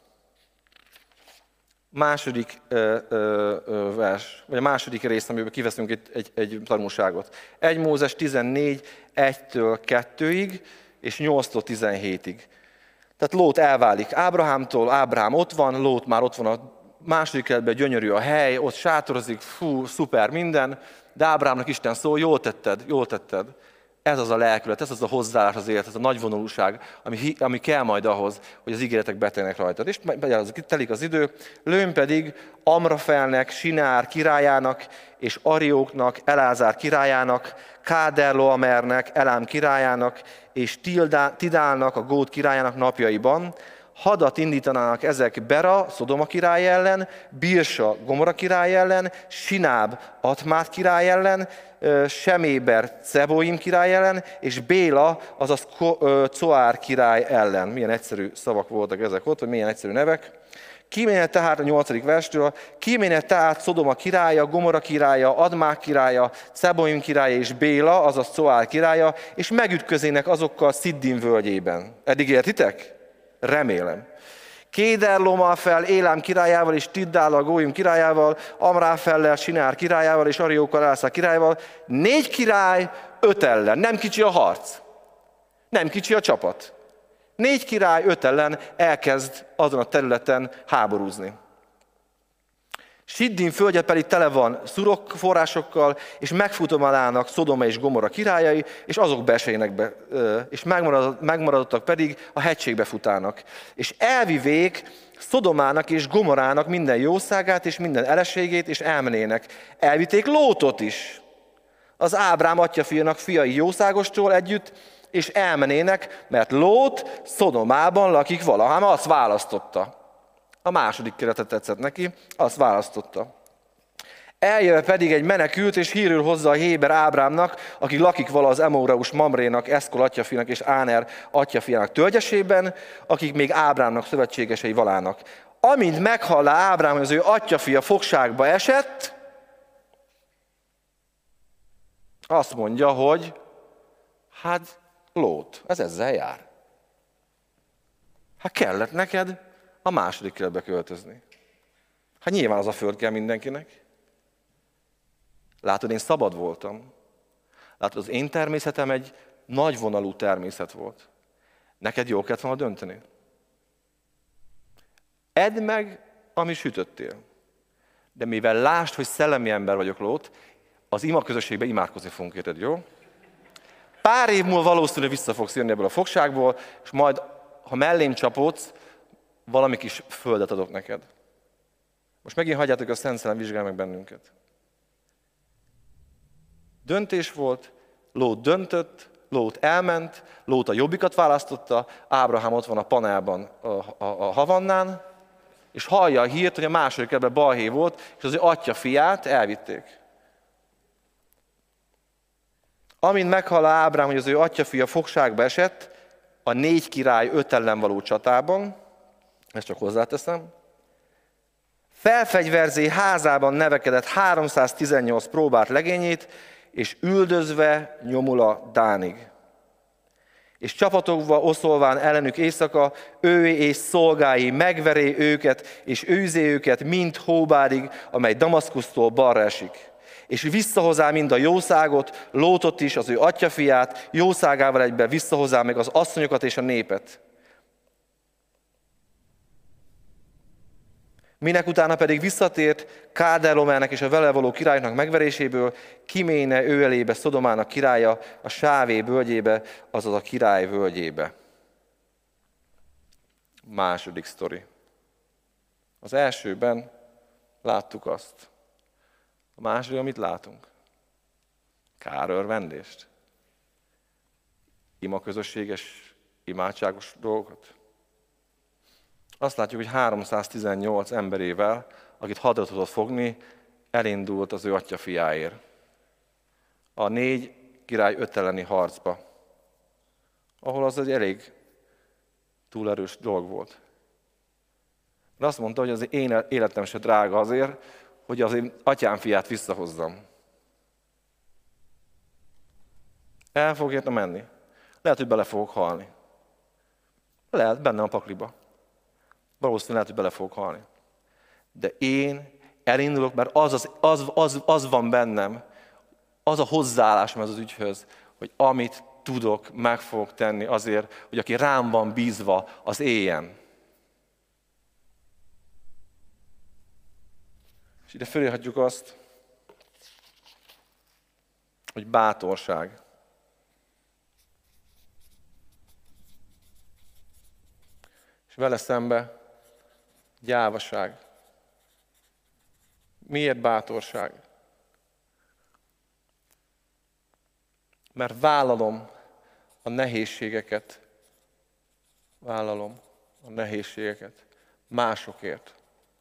Második vers, vagy a második rész, amiből kiveszünk egy tanulságot. 1 Mózes 14, 1-től 2-ig, és 8-tól 17-ig. Tehát Lót elválik Ábrahámtól, Ábrahám ott van, Lót már ott van a második keletben, gyönyörű a hely, ott sátorozik, fú, szuper minden, de Ábrahámnak Isten szól, jól tetted, Ez az a lelkület, ez az a hozzáállás az élet, ez a nagyvonulúság, ami kell majd ahhoz, hogy az ígéretek betegyenek rajtad. És telik az idő, Lőn pedig Amrafelnek, Sinár királyának, és Arióknak, Elázár királyának, Káderloamernek, Elám királyának, és Tidálnak, a Gót királyának napjaiban, hadat indítanának ezek Bera, Szodoma király ellen, Birsa, Gomora király ellen, Sináb, Atmát király ellen, Seméber, Ceboim király ellen, és Béla, azaz Coár király ellen. Milyen egyszerű szavak voltak ezek ott, vagy milyen egyszerű nevek. Kíméne tehát a 8. verstől, kíméne tehát Szodoma királya, Gomora királya, Admák királya, Ceboim királya és Béla, azaz Coár királya, és megütközének azokkal Sziddim völgyében. Eddig értitek? Remélem. Kéderlomafel, Élám királyával és Tiddállal, Góim királyával, Amráfellel, Sinár királyával és Ariókkal, Elázár királyával. 4 király, 5 ellen. Nem kicsi a harc. Nem kicsi a csapat. 4 király, 5 ellen elkezd azon a területen háborúzni. Siddim földje pedig tele van szurok forrásokkal, és megfutomalának Szodoma és Gomora királyai, és azok beesélyenek be, és megmaradottak pedig a hegységbe futának. És elvivék Szodomának és Gomorának minden jószágát és minden eleségét, és elmenének. Elvitték Lótot is, az Ábrám atyafiának fiai jószágostól együtt, és elmenének, mert Lót Szodomában lakik valahán, azt választotta. A második keretet tetszett neki, azt választotta. Eljöve pedig egy menekült, és hírül hozzá a Héber Ábrámnak, aki lakik vala az Emóreus Mamrénak, Eszkol atyafiának és Áner atyafiának tölgyesében, akik még Ábrámnak szövetségesei valának. Amint meghallá Ábrám, hogy az ő atyafia fogságba esett, azt mondja, hogy hát Lót, ez ezzel jár. Hát kellett neked a második keretbe költözni. Hát nyilván az a föld kell mindenkinek. Látod, én szabad voltam. Látod, az én természetem egy nagyvonalú természet volt. Neked jól kellett volna dönteni. Edd meg, ami sütöttél. De mivel lásd, hogy szellemi ember vagyok, Lót, az ima közösségben imádkozni fogunk érted, jó? Pár év múlva valószínűleg vissza fogsz jönni ebből a fogságból, és majd, ha mellém csapódsz, valami kis földet adok neked. Most megint hagyjátok, a Szent Szellem vizsgál meg bennünket. Döntés volt, Lót döntött, Lót elment, Lót a jobbikat választotta, Ábrahám ott van a panelban a Havannán, és hallja a hírt, hogy a második ebben balhé volt, és az ő atya fiát elvitték. Amint meghallá Ábrám, hogy az ő atyafia fogságba esett, a 4 király 5 ellen való csatában, ezt csak hozzáteszem, felfegyverzé házában nevekedett 318 próbált legényét, és üldözve nyomul a Dánig. És csapatokba oszolván ellenük éjszaka, ő és szolgái megveré őket, és őzé őket mind Hóbádig, amely Damaszkusztól balra esik. És visszahozá mind a jószágot, Lótot is, az ő atyafiát, jószágával egyben visszahozá meg az asszonyokat és a népet. Minek utána pedig visszatért Káderlomernek és a vele való királyoknak megveréséből, kiméne ő elébe Szodomának királya a Sávé völgyébe, azaz a király völgyébe. Második sztori. Az elsőben láttuk azt. A másodikban mit látunk? Kárörvendést. Imaközösséges, imádságos dolgokat. Azt látjuk, hogy 318 emberével, akit hadra tudott fogni, elindult az ő atyafiáért. A 4 király 5 elleni harcba, ahol az egy elég túlerős dolog volt. De azt mondta, hogy az én életem se drága azért, hogy az én atyám fiát visszahozzam. El fogok érte menni. Lehet, hogy bele fogok halni. Lehet, bennem a pakliba. Valószínűleg lehet, hogy bele fogok halni. De én elindulok, mert az van bennem, az a hozzáállásom ez az ügyhöz, hogy amit tudok, meg fogok tenni azért, hogy aki rám van bízva, az éljen. És ide fölírhatjuk azt, hogy bátorság. És vele szembe gyávaság. Miért bátorság? Mert vállalom a nehézségeket. Vállalom a nehézségeket másokért.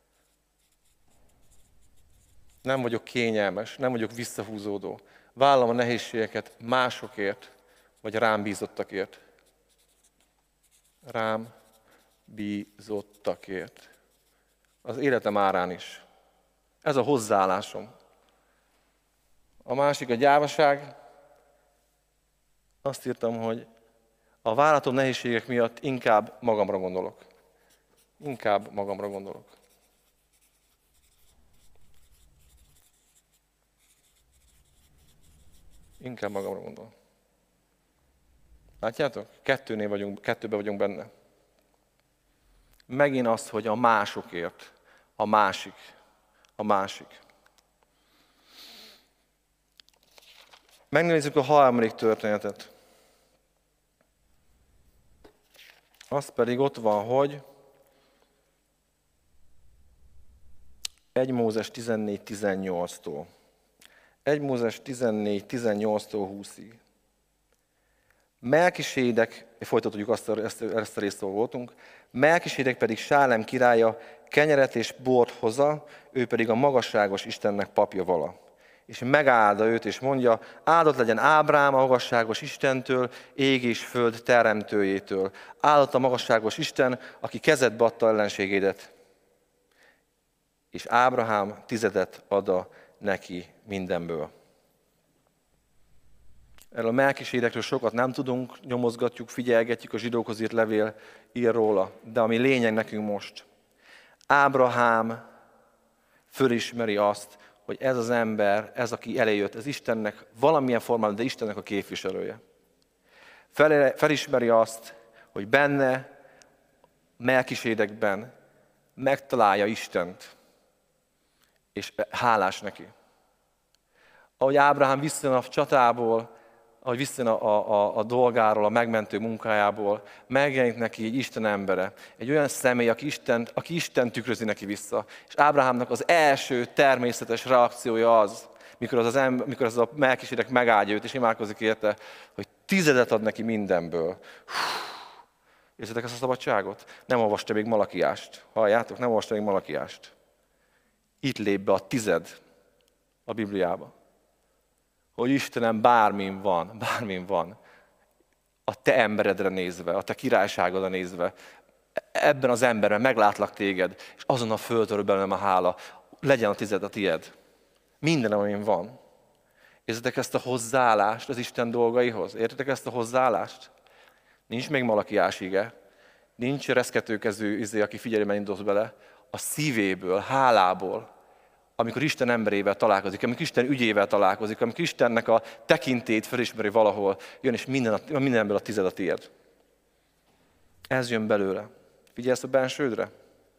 Nem vagyok kényelmes, nem vagyok visszahúzódó. Vállalom a nehézségeket másokért, vagy rám bízottakért. Rám bízottakért. Az életem árán is. Ez a hozzáállásom. A másik a gyávaság. Azt írtam, hogy a vállatom nehézségek miatt inkább magamra gondolok. Inkább magamra gondolok. Inkább magamra gondolok. Látjátok? Kettőbe vagyunk benne. Megint az, hogy a másokért, a másik. Megnézzük a harmadik történetet. Az pedig ott van, hogy 1 Mózes 14-18-tól. 1 Mózes 14-18-tól 20-ig. Melkisédek, folytatjuk ezt a részt, voltunk, Melkisédek pedig Sálem királya kenyeret és bort hoza, ő pedig a magasságos Istennek papja vala. És megáldja őt, és mondja, áldott legyen Ábrám a magasságos Istentől, ég és föld teremtőjétől. Áldott a magasságos Isten, aki kezedbe adta ellenségédet. És Ábrahám 10 ad neki mindenből. Erről a Melkisédekről sokat nem tudunk, nyomozgatjuk, figyelgetjük, a zsidókhoz írt levél ír róla. De ami lényeg nekünk most, Ábrahám fölismeri azt, hogy ez az ember, ez aki eléjött, ez Istennek valamilyen formában, de Istennek a képviselője. Felismeri azt, hogy benne, Melkisédekben megtalálja Istent, és hálás neki. Ahogy Ábrahám visszajön a csatából, ahogy visszajön a dolgáról, a megmentő munkájából, megjelenik neki egy Isten embere, egy olyan személy, aki Isten tükrözi neki vissza. És Ábrahámnak az első természetes reakciója az, mikor az a Melkisédek megáldja őt, és imádkozik érte, hogy 10 ad neki mindenből. Érzitek ezt a szabadságot? Nem olvasta még Malakiást. Halljátok? Nem olvasta még Malakiást. Itt lép be a 10 a Bibliába. Hogy Istenem, bármin van, a te emberedre nézve, a te királyságodra nézve, ebben az emberben meglátlak téged, és azonnal föltörő bennem a hála, legyen a 10 a tied. Minden, amin van. Érzitek ezt a hozzáállást az Isten dolgaihoz? Értitek ezt a hozzáállást? Nincs még Malakiás ige, nincs reszketőkező aki figyelőben indulsz bele, a szívéből, hálából, amikor Isten emberével találkozik, amikor Isten ügyével találkozik, amikor Istennek a tekintét felismeri valahol, jön, és mindenből a 10 a tiéd. Ez jön belőle. Figyelsz a bensődre?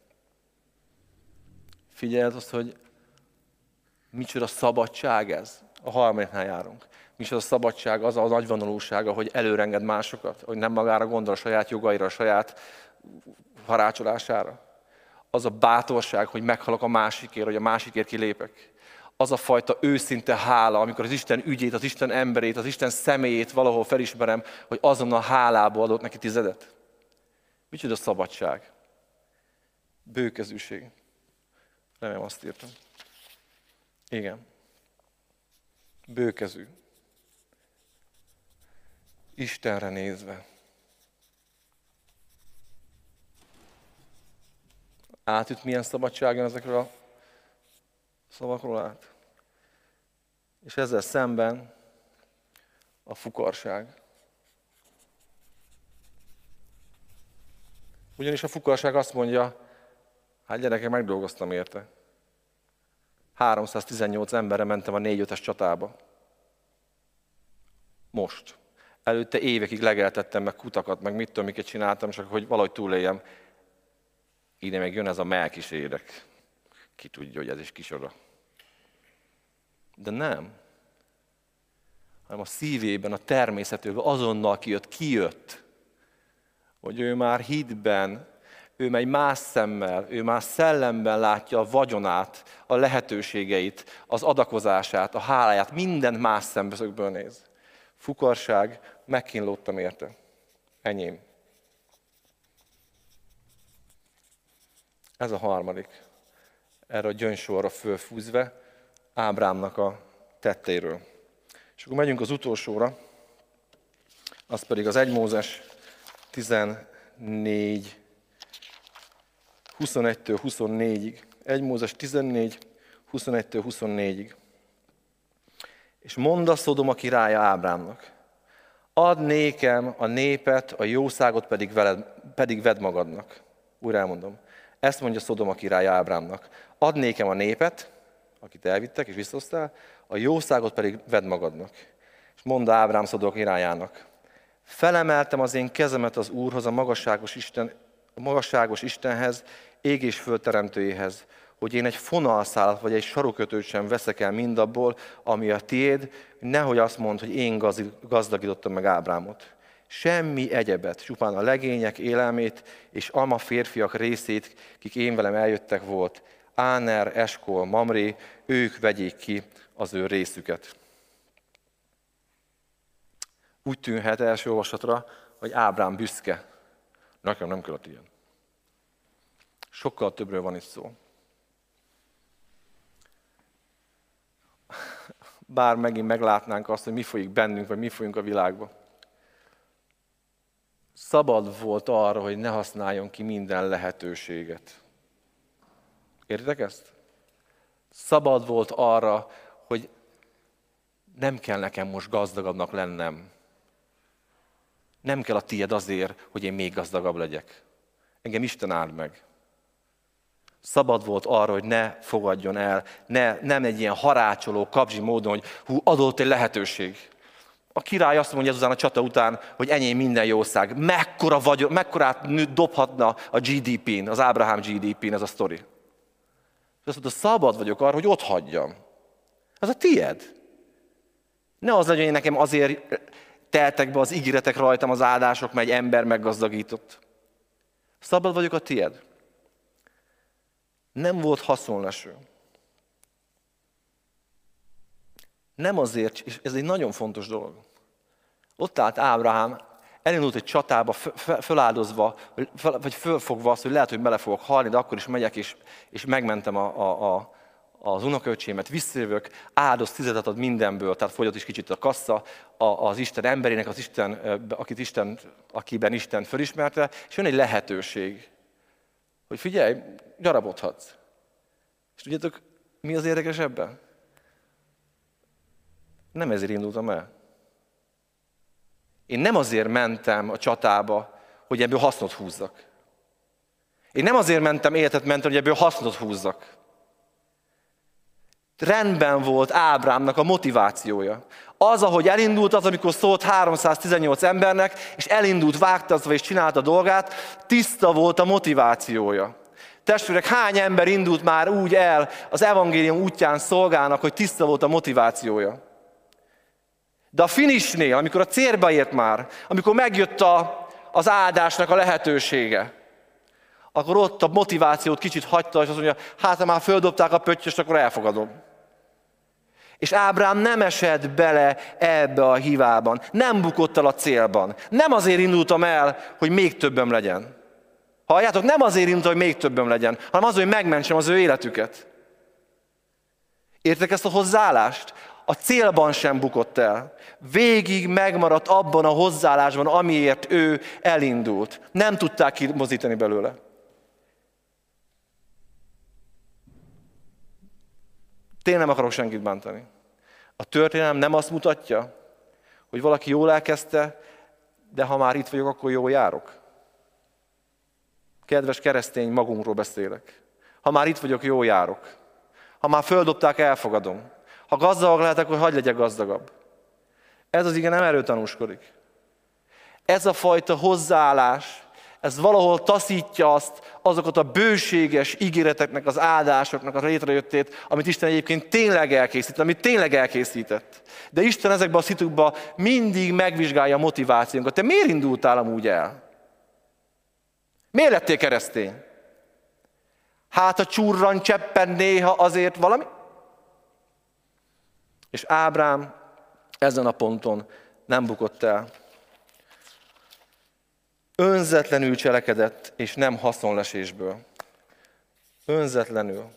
Figyeld azt, hogy micsoda szabadság ez. A harmadiknál járunk. Micsoda szabadság, az a nagyvonalúsága, hogy előrenged másokat, hogy nem magára gondol, a saját jogaira, a saját harácsolására. Az a bátorság, hogy meghalok a másikért, hogy a másikért kilépek. Az a fajta őszinte hála, amikor az Isten ügyét, az Isten emberét, az Isten személyét valahol felismerem, hogy azon a hálából adott neki 10. Micsoda szabadság. Bőkezűség. Remélem azt írtam. Igen. Bőkezű. Istenre nézve. Átüt milyen szabadság jön ezekről a szavakról át. És ezzel szemben a fukarság. Ugyanis a fukarság azt mondja, hát gyerekek, megdolgoztam érte. 318 emberre mentem a 4-5-es csatába. Most. Előtte évekig legeltettem, meg kutakat, meg mit tudom, miket csináltam, csak hogy valahogy túléljem. Ide meg jön ez a Melkisédek. Ki tudja, hogy ez is kicsoda. De nem. Hanem a szívében, a természetében azonnal kijött, hogy ő már hitben, Ő megy más szemmel, ő más szellemben látja a vagyonát, a lehetőségeit, az adakozását, a háláját, mindent más szemszögből néz. Fukarság, megkínlódtam érte. Enyém. Ez a harmadik. Erre a gyöngysorra fölfúzve Ábrámnak a tetteiről. És akkor megyünk az utolsóra, az pedig az 1 Mózes 14, 21-től 24-ig. 1 Mózes 14, 21-től 24-ig. És mondta Szodoma királya Ábrámnak, add nékem a népet, a jószágot pedig vedd magadnak. Újra elmondom. Ezt mondja Szodoma királya Ábrámnak. Add nékem a népet, akit elvittek és visszahoztál, a jószágot pedig vedd magadnak. És mondta Ábrám Szodoma királyának, felemeltem az én kezemet az Úrhoz, a magasságos Istenhez, ég és föld teremtőjéhez, hogy én egy fonalszálat vagy egy sarukötőt sem veszek el mindabból, ami a tiéd, nehogy azt mondd, hogy én gazdagítottam meg Ábrámot. Semmi egyebet, csupán a legények élelmét és alma férfiak részét, kik én velem eljöttek volt, Áner, Eskol, Mamré, ők vegyék ki az ő részüket. Úgy tűnhet első olvasatra, hogy Ábrám büszke. Nekem nem kellett ilyen. Sokkal többről van itt szó. Bár megint meglátnánk azt, hogy mi folyik bennünk, vagy mi folyunk a világba. Szabad volt arra, hogy ne használjon ki minden lehetőséget. Értitek ezt? Szabad volt arra, hogy nem kell nekem most gazdagabbnak lennem. Nem kell a tiéd azért, hogy én még gazdagabb legyek. Engem Isten áld meg. Szabad volt arra, hogy ne fogadjon el, nem egy ilyen harácsoló, kapzsi módon, hogy adott egy lehetőség. A király azt mondja azután a csata után, hogy enyém minden jószág. Mekkorát dobhatna a GDP-n, az Ábrahám GDP-n ez a sztori. És azt mondta, szabad vagyok arra, hogy ott hagyjam. Az a tied. Ne az legyen, hogy nekem azért teltek be az ígéretek rajtam, az áldások, mert egy ember meggazdagított. Szabad vagyok a tied. Nem volt haszonleső. Nem azért, és ez egy nagyon fontos dolog. Ott állt Ábrahám, elindult egy csatába, föláldozva, vagy fölfogva azt, hogy lehet, hogy bele fogok halni, de akkor is megyek, és megmentem az unokaöcsémet, visszajövök, áldoz 10 ad mindenből, tehát fogyott is kicsit a kassa az Isten emberének, akiben Isten fölismerte, és jön egy lehetőség, hogy figyelj, gyarapodhatsz. És tudjátok, mi az érdekes ebben? Nem ezért indultam el. Én nem azért mentem a csatába, hogy ebből hasznot húzzak. Én nem azért mentem életet mentem, hogy ebből hasznot húzzak. Rendben volt Ábrámnak a motivációja. Az, ahogy elindult, az, amikor szólt 318 embernek, és elindult, vágtazva és csinálta a dolgát, tiszta volt a motivációja. Testvérek, hány ember indult már úgy el az evangélium útján szolgálnak, hogy tiszta volt a motivációja? De a finishnél, amikor a célba ért már, amikor megjött az áldásnak a lehetősége, akkor ott a motivációt kicsit hagyta, és azt mondja, hát ha már földobták a pöttyöst, akkor elfogadom. És Ábrám nem esett bele ebbe a hívában, nem bukott el a célban. Nem azért indultam el, hogy még többem legyen. Halljátok, nem azért indultam, hogy még többem legyen, hanem azért, hogy megmentsem az ő életüket. Értek ezt a hozzáállást? A célban sem bukott el. Végig megmaradt abban a hozzáállásban, amiért ő elindult. Nem tudták kimozdítani belőle. Tényleg nem akarok senkit bántani. A történelem nem azt mutatja, hogy valaki jól elkezdte, de ha már itt vagyok, akkor jól járok. Kedves keresztény, magunkról beszélek. Ha már itt vagyok, jól járok. Ha már földobták, elfogadom. Ha gazdagok lehetek, akkor hadd legyek gazdagabb. Ez az ige nem erről tanúskodik. Ez a fajta hozzáállás, ez valahol taszítja azokat a bőséges ígéreteknek, az áldásoknak a létrejöttét, amit Isten egyébként tényleg elkészít, amit tényleg elkészített. De Isten ezekben a szitukban mindig megvizsgálja a motivációnkat. Te miért indultál amúgy el? Miért lettél keresztény? Hát a csurran cseppen néha azért valami? És Ábrám ezen a ponton nem bukott el. Önzetlenül cselekedett, és nem haszonlesésből. Önzetlenül.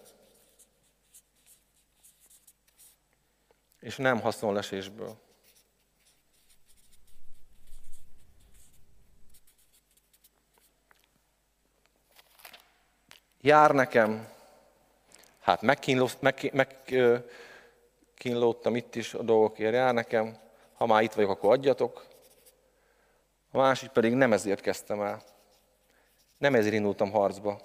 És nem haszonlesésből. Jár nekem, hát megkínlódtam itt is a dolgokért, jár nekem, ha már itt vagyok, akkor adjatok. A másik pedig nem ezért kezdtem el. Nem ezért indultam harcba.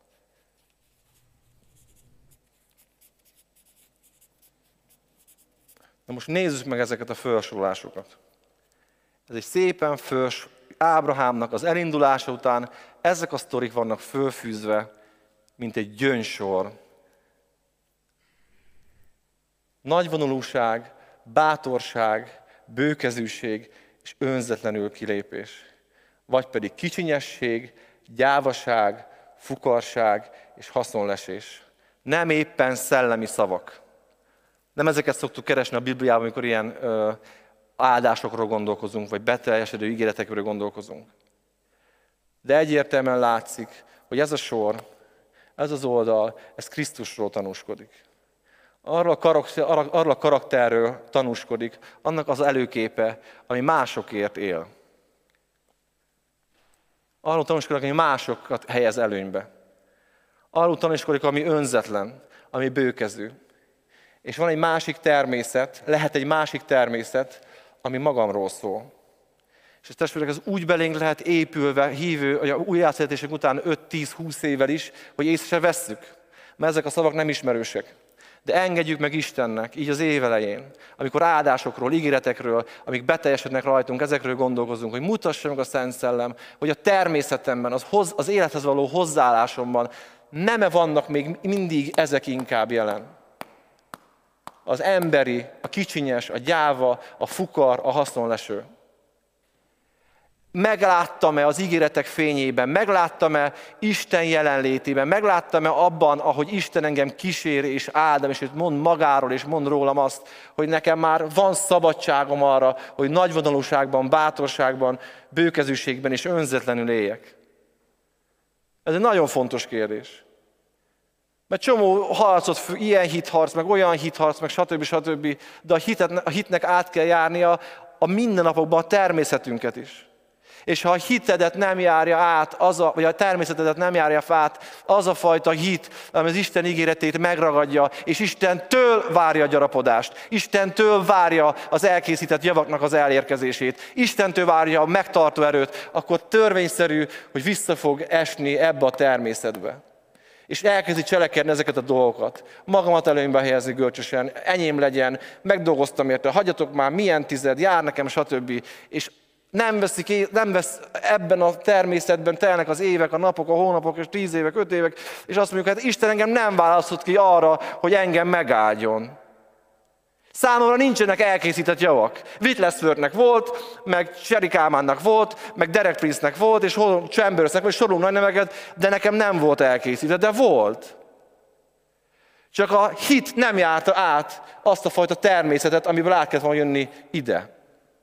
Na most nézzük meg ezeket a felsorolásokat. Ez egy szépen Ábrahámnak az elindulása után ezek a sztorik vannak fölfűzve, mint egy gyöngysor. Nagyvonulúság, bátorság, bőkezűség és önzetlenül kilépés. Vagy pedig kicsinyesség, gyávaság, fukarság és haszonlesés. Nem éppen szellemi szavak. Nem ezeket szoktuk keresni a Bibliában, amikor ilyen áldásokról gondolkozunk, vagy beteljesedő ígéretekről gondolkozunk. De egyértelműen látszik, hogy ez a sor, ez az oldal, ez Krisztusról tanúskodik. Arról a karakterről tanúskodik, annak az előképe, ami másokért él. Arról tanúskodik, ami másokat helyez előnybe. Arról tanúskodik, ami önzetlen, ami bőkezű. És van egy másik természet, lehet egy másik természet, ami magamról szól. És testvérek, ez úgy belénk lehet épülve, hívő, a újjászületések után 5-10-20 évvel is, hogy észre se vesszük. Mert ezek a szavak nem ismerősek. De engedjük meg Istennek, így az év elején, amikor áldásokról, ígéretekről, amik beteljesednek rajtunk, ezekről gondolkozunk, hogy mutassa meg a Szent Szellem, hogy a természetemben, az élethez való hozzáállásomban nem vannak még mindig ezek inkább jelen. Az emberi, a kicsinyes, a gyáva, a fukar, a haszonleső. Megláttam-e az ígéretek fényében, megláttam-e Isten jelenlétében, megláttam-e abban, ahogy Isten engem kísér és áldom, és mond magáról, és mond rólam azt, hogy nekem már van szabadságom arra, hogy nagyvonalúságban, bátorságban, bőkezűségben és önzetlenül éljek. Ez egy nagyon fontos kérdés. Mert csomó harcot, ilyen hitharc, meg olyan hitharc, meg stb. De a hitnek át kell járnia a mindennapokban a természetünket is. És ha a hitedet nem járja át, vagy a természetedet nem járja át, az a fajta hit, ami az Isten ígéretét megragadja, és Istentől várja a gyarapodást, Istentől várja az elkészített javaknak az elérkezését, Istentől várja a megtartó erőt, akkor törvényszerű, hogy vissza fog esni ebbe a természetbe. És elkezdi cselekedni ezeket a dolgokat. Magamat előnybe helyezni görcsösen, enyém legyen, megdolgoztam érte, hagyjatok már, milyen tized, jár nekem, stb. És nem vesz ebben a természetben, telnek az évek, a napok, a hónapok, és 10 évek, 5 évek, és azt mondjuk, hát Isten engem nem választott ki arra, hogy engem megáldjon. Számomra nincsenek elkészített javak. Whittlesworthnek volt, meg Sherry Kálmánnak volt, meg Derek Prince-nek volt, és Chambersnek, vagy sorolunk nagy neveket, de nekem nem volt elkészített, de volt. Csak a hit nem járta át azt a fajta természetet, amiből át kellett volna jönni ide.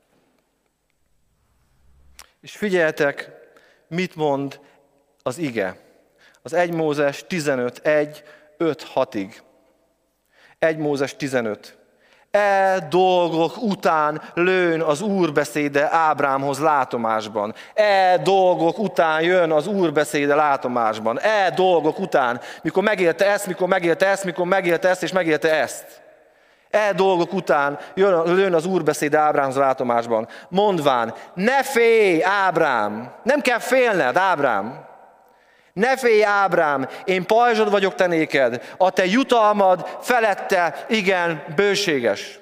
És figyeljetek, mit mond az ige. Az 1 Mózes 15, 5-6-ig. 1 Mózes 15. Dolgok után lőn az Úr beszéde Ábrámhoz látomásban. Dolgok után jön az Úr beszéde látomásban. Dolgok után, mikor megélte ezt, mikor megélte ezt, mikor megélte ezt, és megélte ezt. Dolgok után jön az Úr beszéde Ábrámhoz látomásban. Mondván, ne félj, Ábrám! Nem kell félned, Ábrám! Ne félj, Ábrám, én pajzsod vagyok te néked, a te jutalmad felette igen bőséges.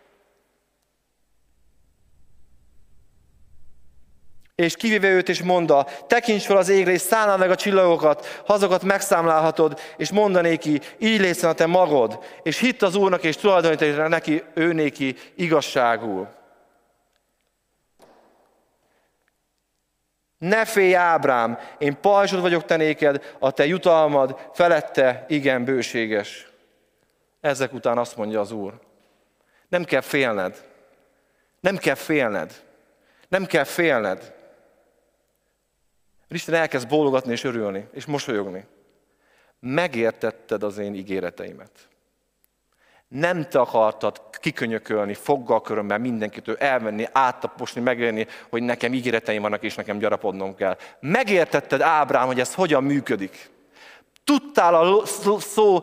És kivéve őt, és mondta, tekints fel az égre, és szállál meg a csillagokat, azokat megszámlálhatod, és mondanéki, így lészen a te magod. És hitt az Úrnak, és tulajdonítani neki, ő néki igazságul. Ne félj, Ábrám, én pajzsod vagyok te néked, a te jutalmad felette igen bőséges. Ezek után azt mondja az Úr, nem kell félned, nem kell félned, nem kell félned. Isten elkezd bólogatni és örülni, és mosolyogni. Megértetted az én ígéreteimet. Nem te akartad kikönyökölni, foggal körömmel mindenkitől elvenni, áttaposni, megélni, hogy nekem ígéreteim vannak, és nekem gyarapodnom kell. Megértetted, Ábrám, hogy ez hogyan működik. Tudtál a szó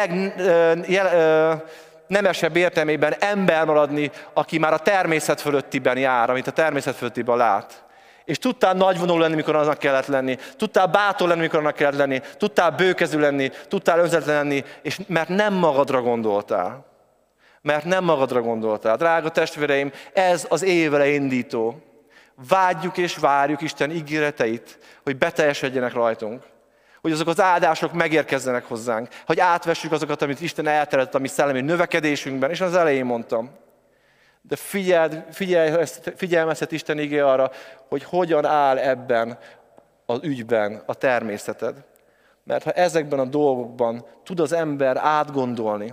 legnemesebb értelmében ember maradni, aki már a természet fölöttiben jár, amit a természet fölöttiben lát. És tudtál nagyvonuló lenni, mikor annak kellett lenni. Tudtál bátor lenni, mikor annak kellett lenni. Tudtál bőkezű lenni, tudtál önzetlen lenni, és mert nem magadra gondoltál. Mert nem magadra gondoltál. Drága testvéreim, ez az évele indító. Vágyjuk és várjuk Isten ígéreteit, hogy beteljesedjenek rajtunk. Hogy azok az áldások megérkezzenek hozzánk. Hogy átvessük azokat, amit Isten elterelt a mi szellemi növekedésünkben. És az elején mondtam. De figyelmeztet Isten igéje arra, hogy hogyan áll ebben az ügyben a természeted. Mert ha ezekben a dolgokban tud az ember átgondolni,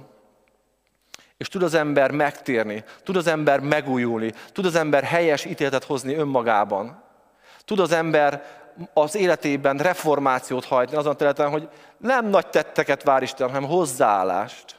és tud az ember megtérni, tud az ember megújulni, tud az ember helyes ítéletet hozni önmagában, tud az ember az életében reformációt hajtani azon a területen, hogy nem nagy tetteket vár Isten, hanem hozzáállást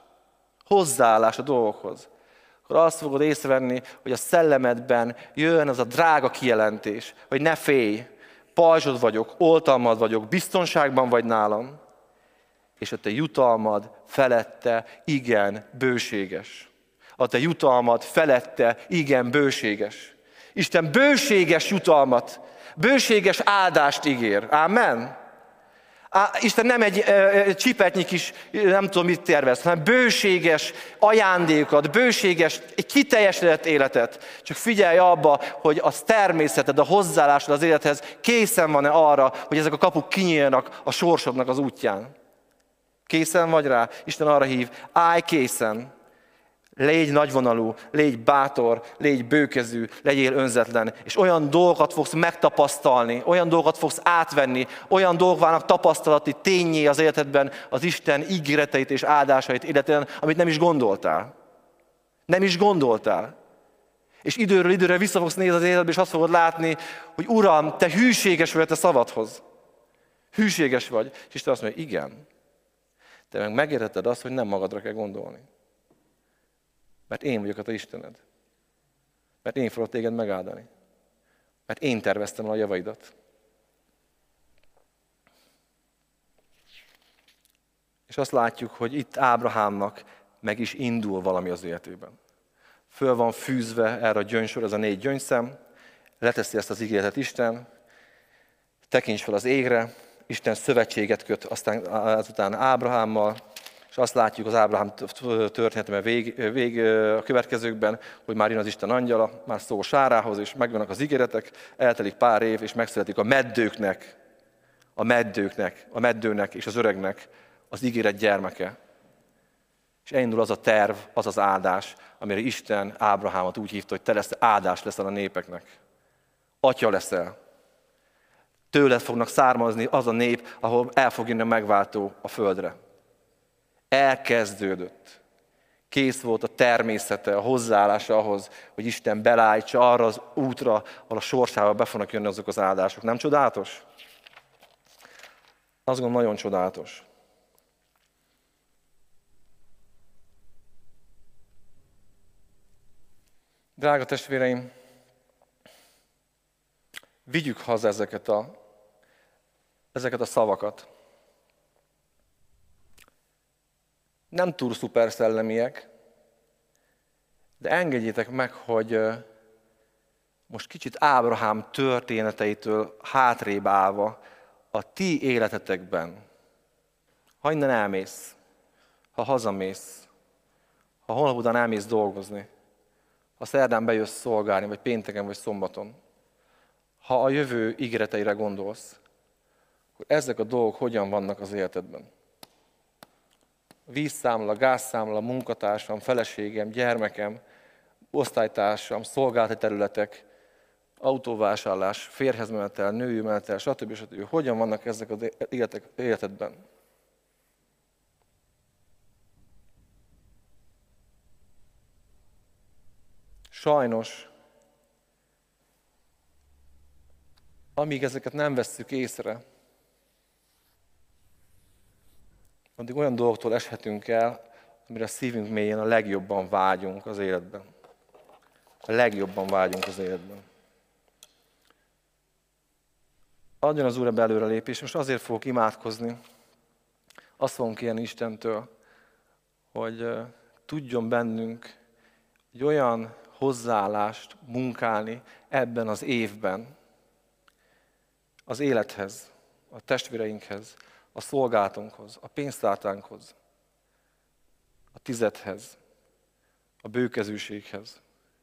a dolgokhoz. Akkor azt fogod észrevenni, hogy a szellemedben jön az a drága kijelentés, hogy ne félj, pajzsod vagyok, oltalmad vagyok, biztonságban vagy nálam, és a te jutalmad felette igen bőséges. A te jutalmad felette igen bőséges. Isten bőséges jutalmat, bőséges áldást ígér. Ámen? Isten nem egy csipetnyi kis, nem tudom mit tervez, hanem bőséges ajándékokat, bőséges, egy kiteljesedett életet. Csak figyelj abba, hogy az természeted, a hozzáállásod az élethez készen van-e arra, hogy ezek a kapuk kinyíljanak a sorsodnak az útján. Készen vagy rá? Isten arra hív, állj készen. Légy nagyvonalú, légy bátor, légy bőkezű, legyél önzetlen, és olyan dolgokat fogsz megtapasztalni, olyan dolgokat fogsz átvenni, olyan dolgok válnak tapasztalati tényé az életedben az Isten ígéreteit és áldásait illetően, amit nem is gondoltál. Nem is gondoltál. És időről időre vissza fogsz nézni az életbe, és azt fogod látni, hogy Uram, te hűséges vagy a te szavadhoz. Hűséges vagy. És Isten azt mondja, igen. Te meg megértetted azt, hogy nem magadra kell gondolni. Mert én vagyok a te Istened. Mert én fogok téged megáldani. Mert én terveztem a javaidat. És azt látjuk, hogy itt Ábrahámnak meg is indul valami az életében. Föl van fűzve erre a gyöngysor, ez a 4 gyöngyszem, leteszi ezt az ígéretet Isten, tekints fel az égre, Isten szövetséget köt azután Ábrahámmal, és azt látjuk az Ábrahám történetben a következőkben, hogy már jön az Isten angyala, már szól Sárához, és megvannak az ígéretek, eltelik pár év, és megszületik a meddőnek és az öregnek az ígéret gyermeke. És elindul az a terv, az az áldás, amire Isten Ábrahámot úgy hívta, hogy te áldás leszel a népeknek. Atya leszel. Tőled fognak származni az a nép, ahol el fog jönni a megváltó a földre. Elkezdődött. Kész volt a természete, a hozzáállása ahhoz, hogy Isten belállítsa arra az útra, ahol a sorsával be fognak jönni azok az áldások. Nem csodálatos? Azt gondolom, nagyon csodálatos. Drága testvéreim, vigyük haza ezeket a szavakat. Nem túl szuper szellemiek, de engedjétek meg, hogy most kicsit Ábrahám történeteitől hátrébb állva a ti életetekben, ha innen elmész, ha hazamész, ha holnap után elmész dolgozni, ha szerdán bejössz szolgálni, vagy pénteken, vagy szombaton, ha a jövő ígéreteire gondolsz, akkor ezek a dolgok hogyan vannak az életedben. Vízszámla, gázszámla, munkatársam, feleségem, gyermekem, osztálytársam, szolgálati területek, autóvásárlás, férjhez menetel, női menetel, stb. Hogyan vannak ezek az életedben? Sajnos, amíg ezeket nem vesszük észre, addig olyan dolgoktól eshetünk el, amire a szívünk mélyén a legjobban vágyunk az életben. A legjobban vágyunk az életben. Adjon az Úr ebbe előrelépés, most azért fogok imádkozni, azt fogom kérni Istentől, hogy tudjon bennünk egy olyan hozzáállást munkálni ebben az évben, az élethez, a testvéreinkhez, a szolgálatunkhoz, a pénztárcánkhoz, a tizedhez, a bőkezűséghez,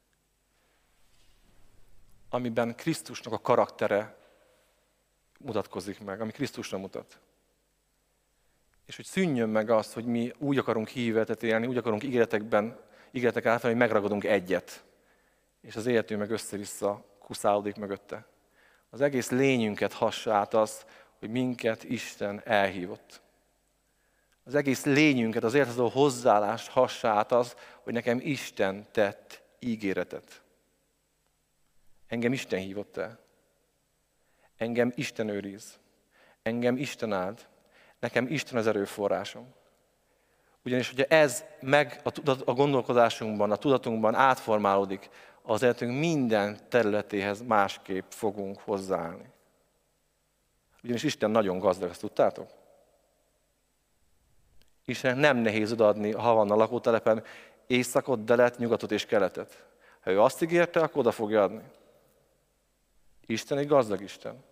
amiben Krisztusnak a karaktere mutatkozik meg, ami Krisztusra mutat. És hogy szűnjön meg az, hogy mi úgy akarunk hívetet élni, úgy akarunk ígéretek által, hogy megragadunk egyet, és az életünk meg össze-vissza kuszálódik mögötte. Az egész lényünket hassa át az, hogy minket Isten elhívott. Az egész lényünket, az élethez való hozzáállást hassa át az, hogy nekem Isten tett ígéretet. Engem Isten hívott el. Engem Isten őriz. Engem Isten áld. Nekem Isten az erőforrásom. Ugyanis, hogyha ez meg a gondolkodásunkban, a tudatunkban átformálódik, az életünk minden területéhez másképp fogunk hozzáállni. Ugyanis Isten nagyon gazdag, ezt tudtátok? Istennek nem nehéz odaadni a Havanna lakótelepen északot, delet, nyugatot és keletet. Ha ő azt ígérte, akkor oda fogja adni. Isten egy gazdag Isten.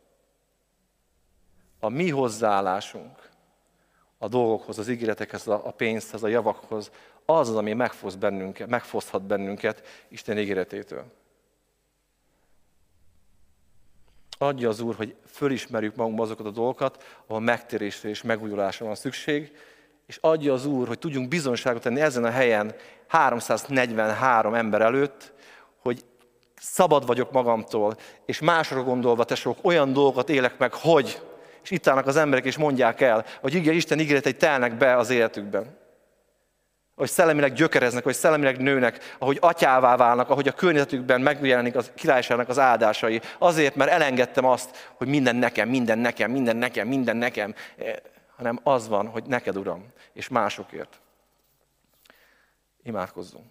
A mi hozzáállásunk a dolgokhoz, az ígéretekhez, a pénzhez, a javakhoz, az, ami megfoszthat bennünket Isten ígéretétől. Adja az Úr, hogy fölismerjük magunkban azokat a dolgokat, ahol megtérésre és megújulásra van szükség, és adja az Úr, hogy tudjunk bizonyságot tenni ezen a helyen 343 ember előtt, hogy szabad vagyok magamtól, és másra gondolva, tesók, olyan dolgokat élek meg, hogy, és itt állnak az emberek, és mondják el, hogy Isten ígéretei telnek be az életükben. Ahogy szellemileg gyökereznek, ahogy szellemileg nőnek, ahogy atyává válnak, ahogy a környezetükben megjelenik a királyságnak az áldásai. Azért, mert elengedtem azt, hogy minden nekem, hanem az van, hogy neked, Uram, és másokért. Imádkozzunk.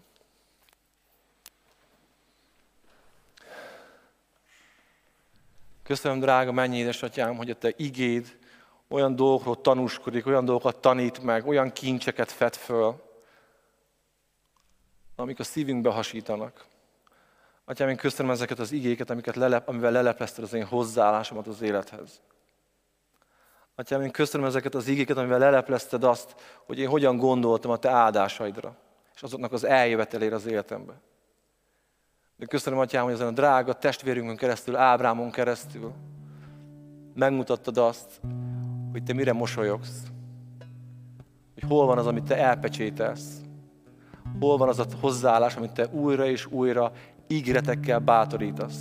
Köszönöm, drága mennyi édesatyám, hogy a te igéd olyan dolgokról tanúskodik, olyan dolgokat tanít meg, olyan kincseket fed föl, amik a szívünkbe hasítanak. Atyám, én köszönöm ezeket az igéket, amivel leleplezted az én hozzáállásomat az élethez. Atyám, én köszönöm ezeket az igéket, amivel leleplezted azt, hogy én hogyan gondoltam a te áldásaidra, és azoknak az eljövetelére az életembe. De köszönöm, Atyám, hogy ezen a drága testvérünkön keresztül, Ábrámon keresztül megmutattad azt, hogy te mire mosolyogsz, hogy hol van az, amit te elpecsételsz, hol van az a hozzáállás, amit te újra és újra ígéretekkel bátorítasz.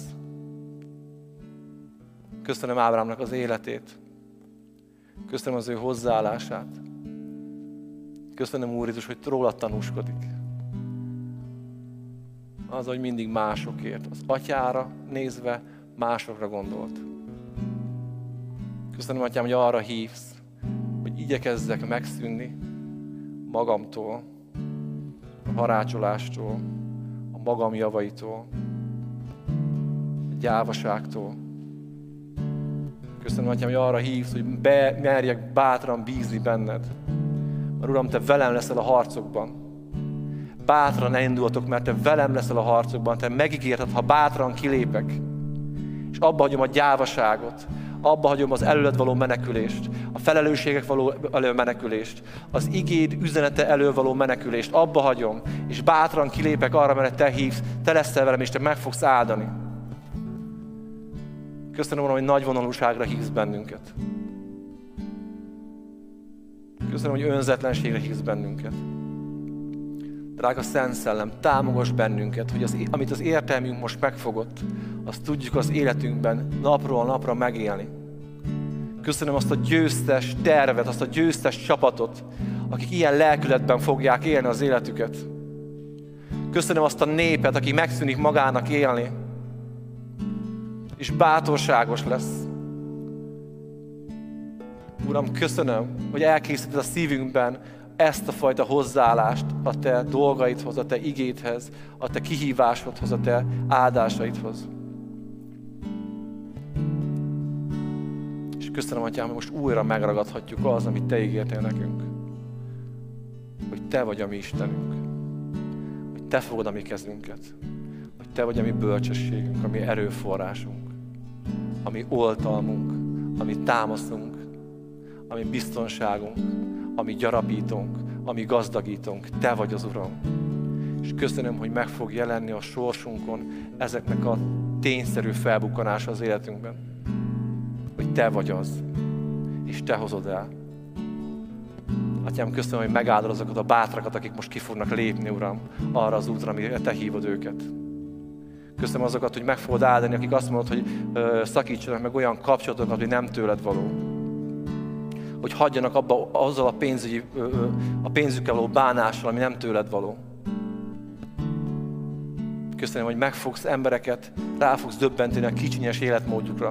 Köszönöm Ábrámnak az életét, köszönöm az ő hozzáállását, köszönöm, Úr Jézus, hogy rólad tanúskodik. Az, hogy mindig másokért, az atyára nézve másokra gondolt. Köszönöm, Atyám, hogy arra hívsz, hogy igyekezzek megszűnni magamtól, a harácsolástól, a magam javaitól, a gyávaságtól. Köszönöm, Atyám, hogy arra hívsz, hogy merjek bátran bízni benned. Mert Uram, te velem leszel a harcokban. Bátran elindultok, mert te velem leszel a harcokban, te megígérted, ha bátran kilépek, és abba hagyom a gyávaságot, abba hagyom az előled való menekülést, a felelősségek való elő menekülést, az igéd üzenete elől való menekülést, abba hagyom, és bátran kilépek arra, mert te hívsz, te leszel velem, és te meg fogsz áldani. Köszönöm, Uram, hogy nagyvonalúságra hívsz bennünket. Köszönöm, hogy önzetlenségre hívsz bennünket. Drága Szent Szellem, támogass bennünket, hogy amit az értelmünk most megfogott, azt tudjuk az életünkben napról napra megélni. Köszönöm azt a győztes tervet, azt a győztes csapatot, akik ilyen lelkületben fogják élni az életüket. Köszönöm azt a népet, aki megszűnik magának élni, és bátorságos lesz. Uram, köszönöm, hogy elkészíted a szívünkben ezt a fajta hozzáállást a Te dolgaidhoz, a Te igédhez, a Te kihívásodhoz, a Te áldásaidhoz. És köszönöm, Atyám, hogy most újra megragadhatjuk az, amit Te ígértél nekünk. Hogy Te vagy a mi Istenünk. Hogy Te fogod a mi kezünket. Hogy Te vagy a mi bölcsességünk, a mi erőforrásunk. A mi oltalmunk, a mi támaszunk, a mi biztonságunk, a mi gyarapítónk, a mi gazdagítónk. Te vagy az Uram. És köszönöm, hogy meg fog jelenni a sorsunkon ezeknek a tényszerű felbukkanása az életünkben. Hogy Te vagy az, és Te hozod el. Atyám, köszönöm, hogy megáldod azokat a bátrakat, akik most ki fognak lépni, Uram, arra az útra, amire Te hívod őket. Köszönöm azokat, hogy meg fogod áldani, akik azt mondod, hogy szakítsanak meg olyan kapcsolatokat, hogy nem tőled való. Hogy hagyjanak abba azzal a pénzükkel való bánással, ami nem tőled való. Köszönöm, hogy megfogsz embereket, rá fogsz döbbenteni a kicsinyes életmódjukra.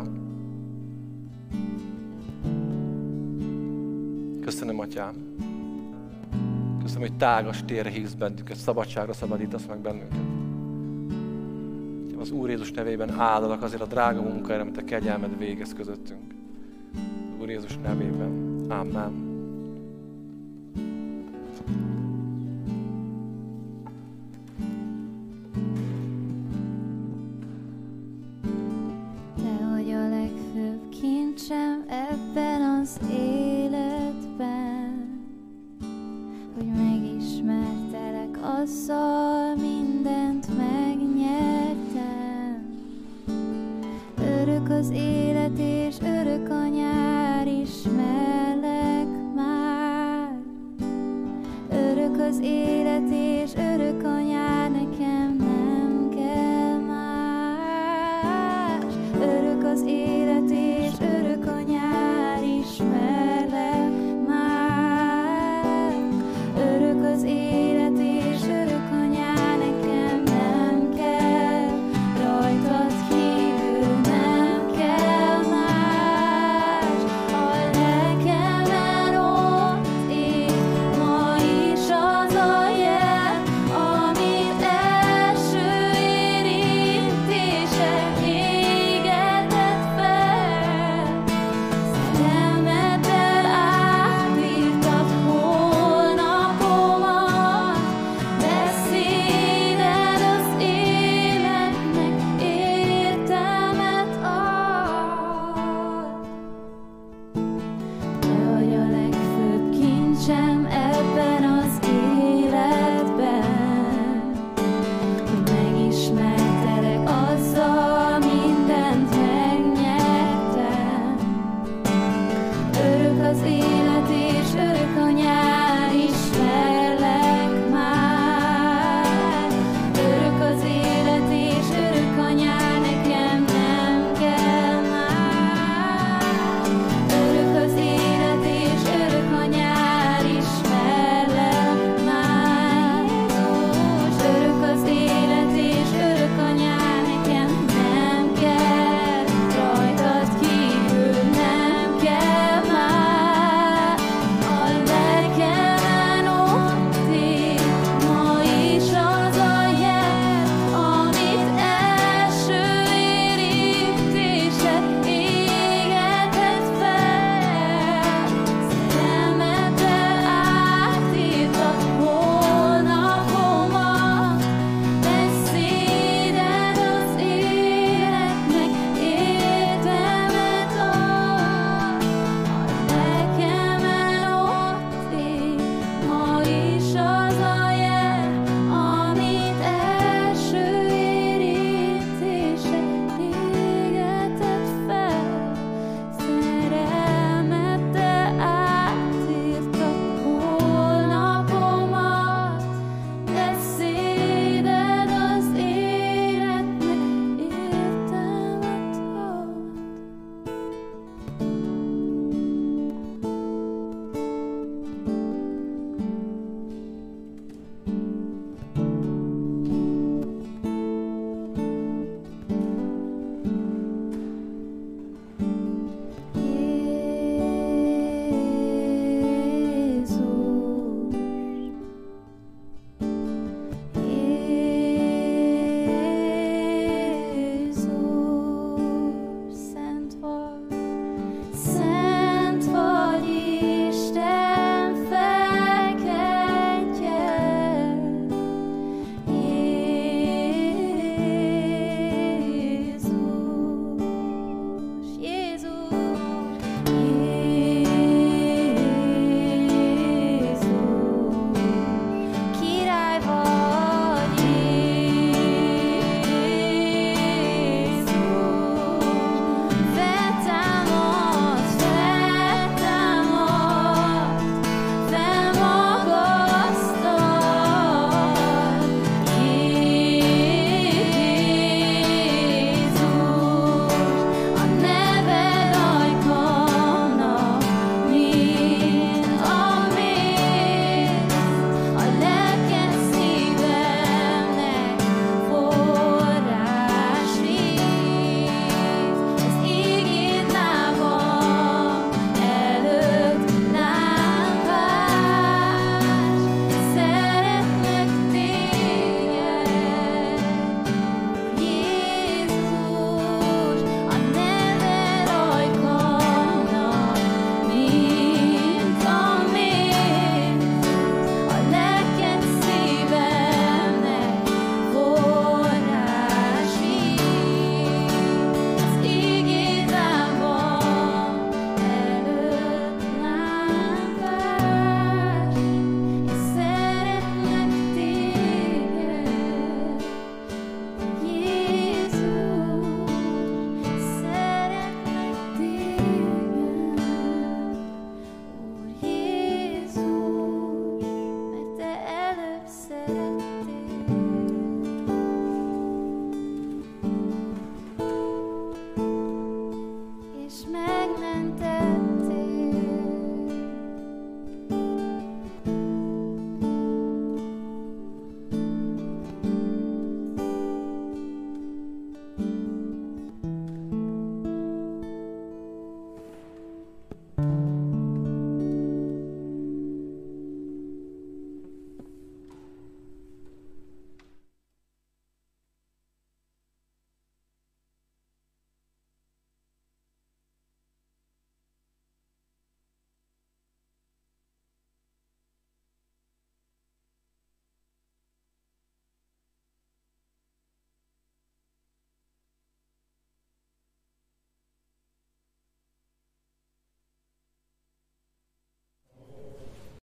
Köszönöm, Atyám. Köszönöm, hogy tágas térre hívsz bennünket, szabadságra szabadítasz meg bennünket. Az Úr Jézus nevében áldalak azért a drága munkára, amit a kegyelmed végez közöttünk. Úr Jézus nevében. Amen. Te vagy a legfőbb kincsem ebben az életben, hogy megismertelek, azzal mindent megnyertem. Örök az élet és örök a nyár, ismerlek már. Örök az élet és örök a nyár, nekem nem kell más. Örök az élet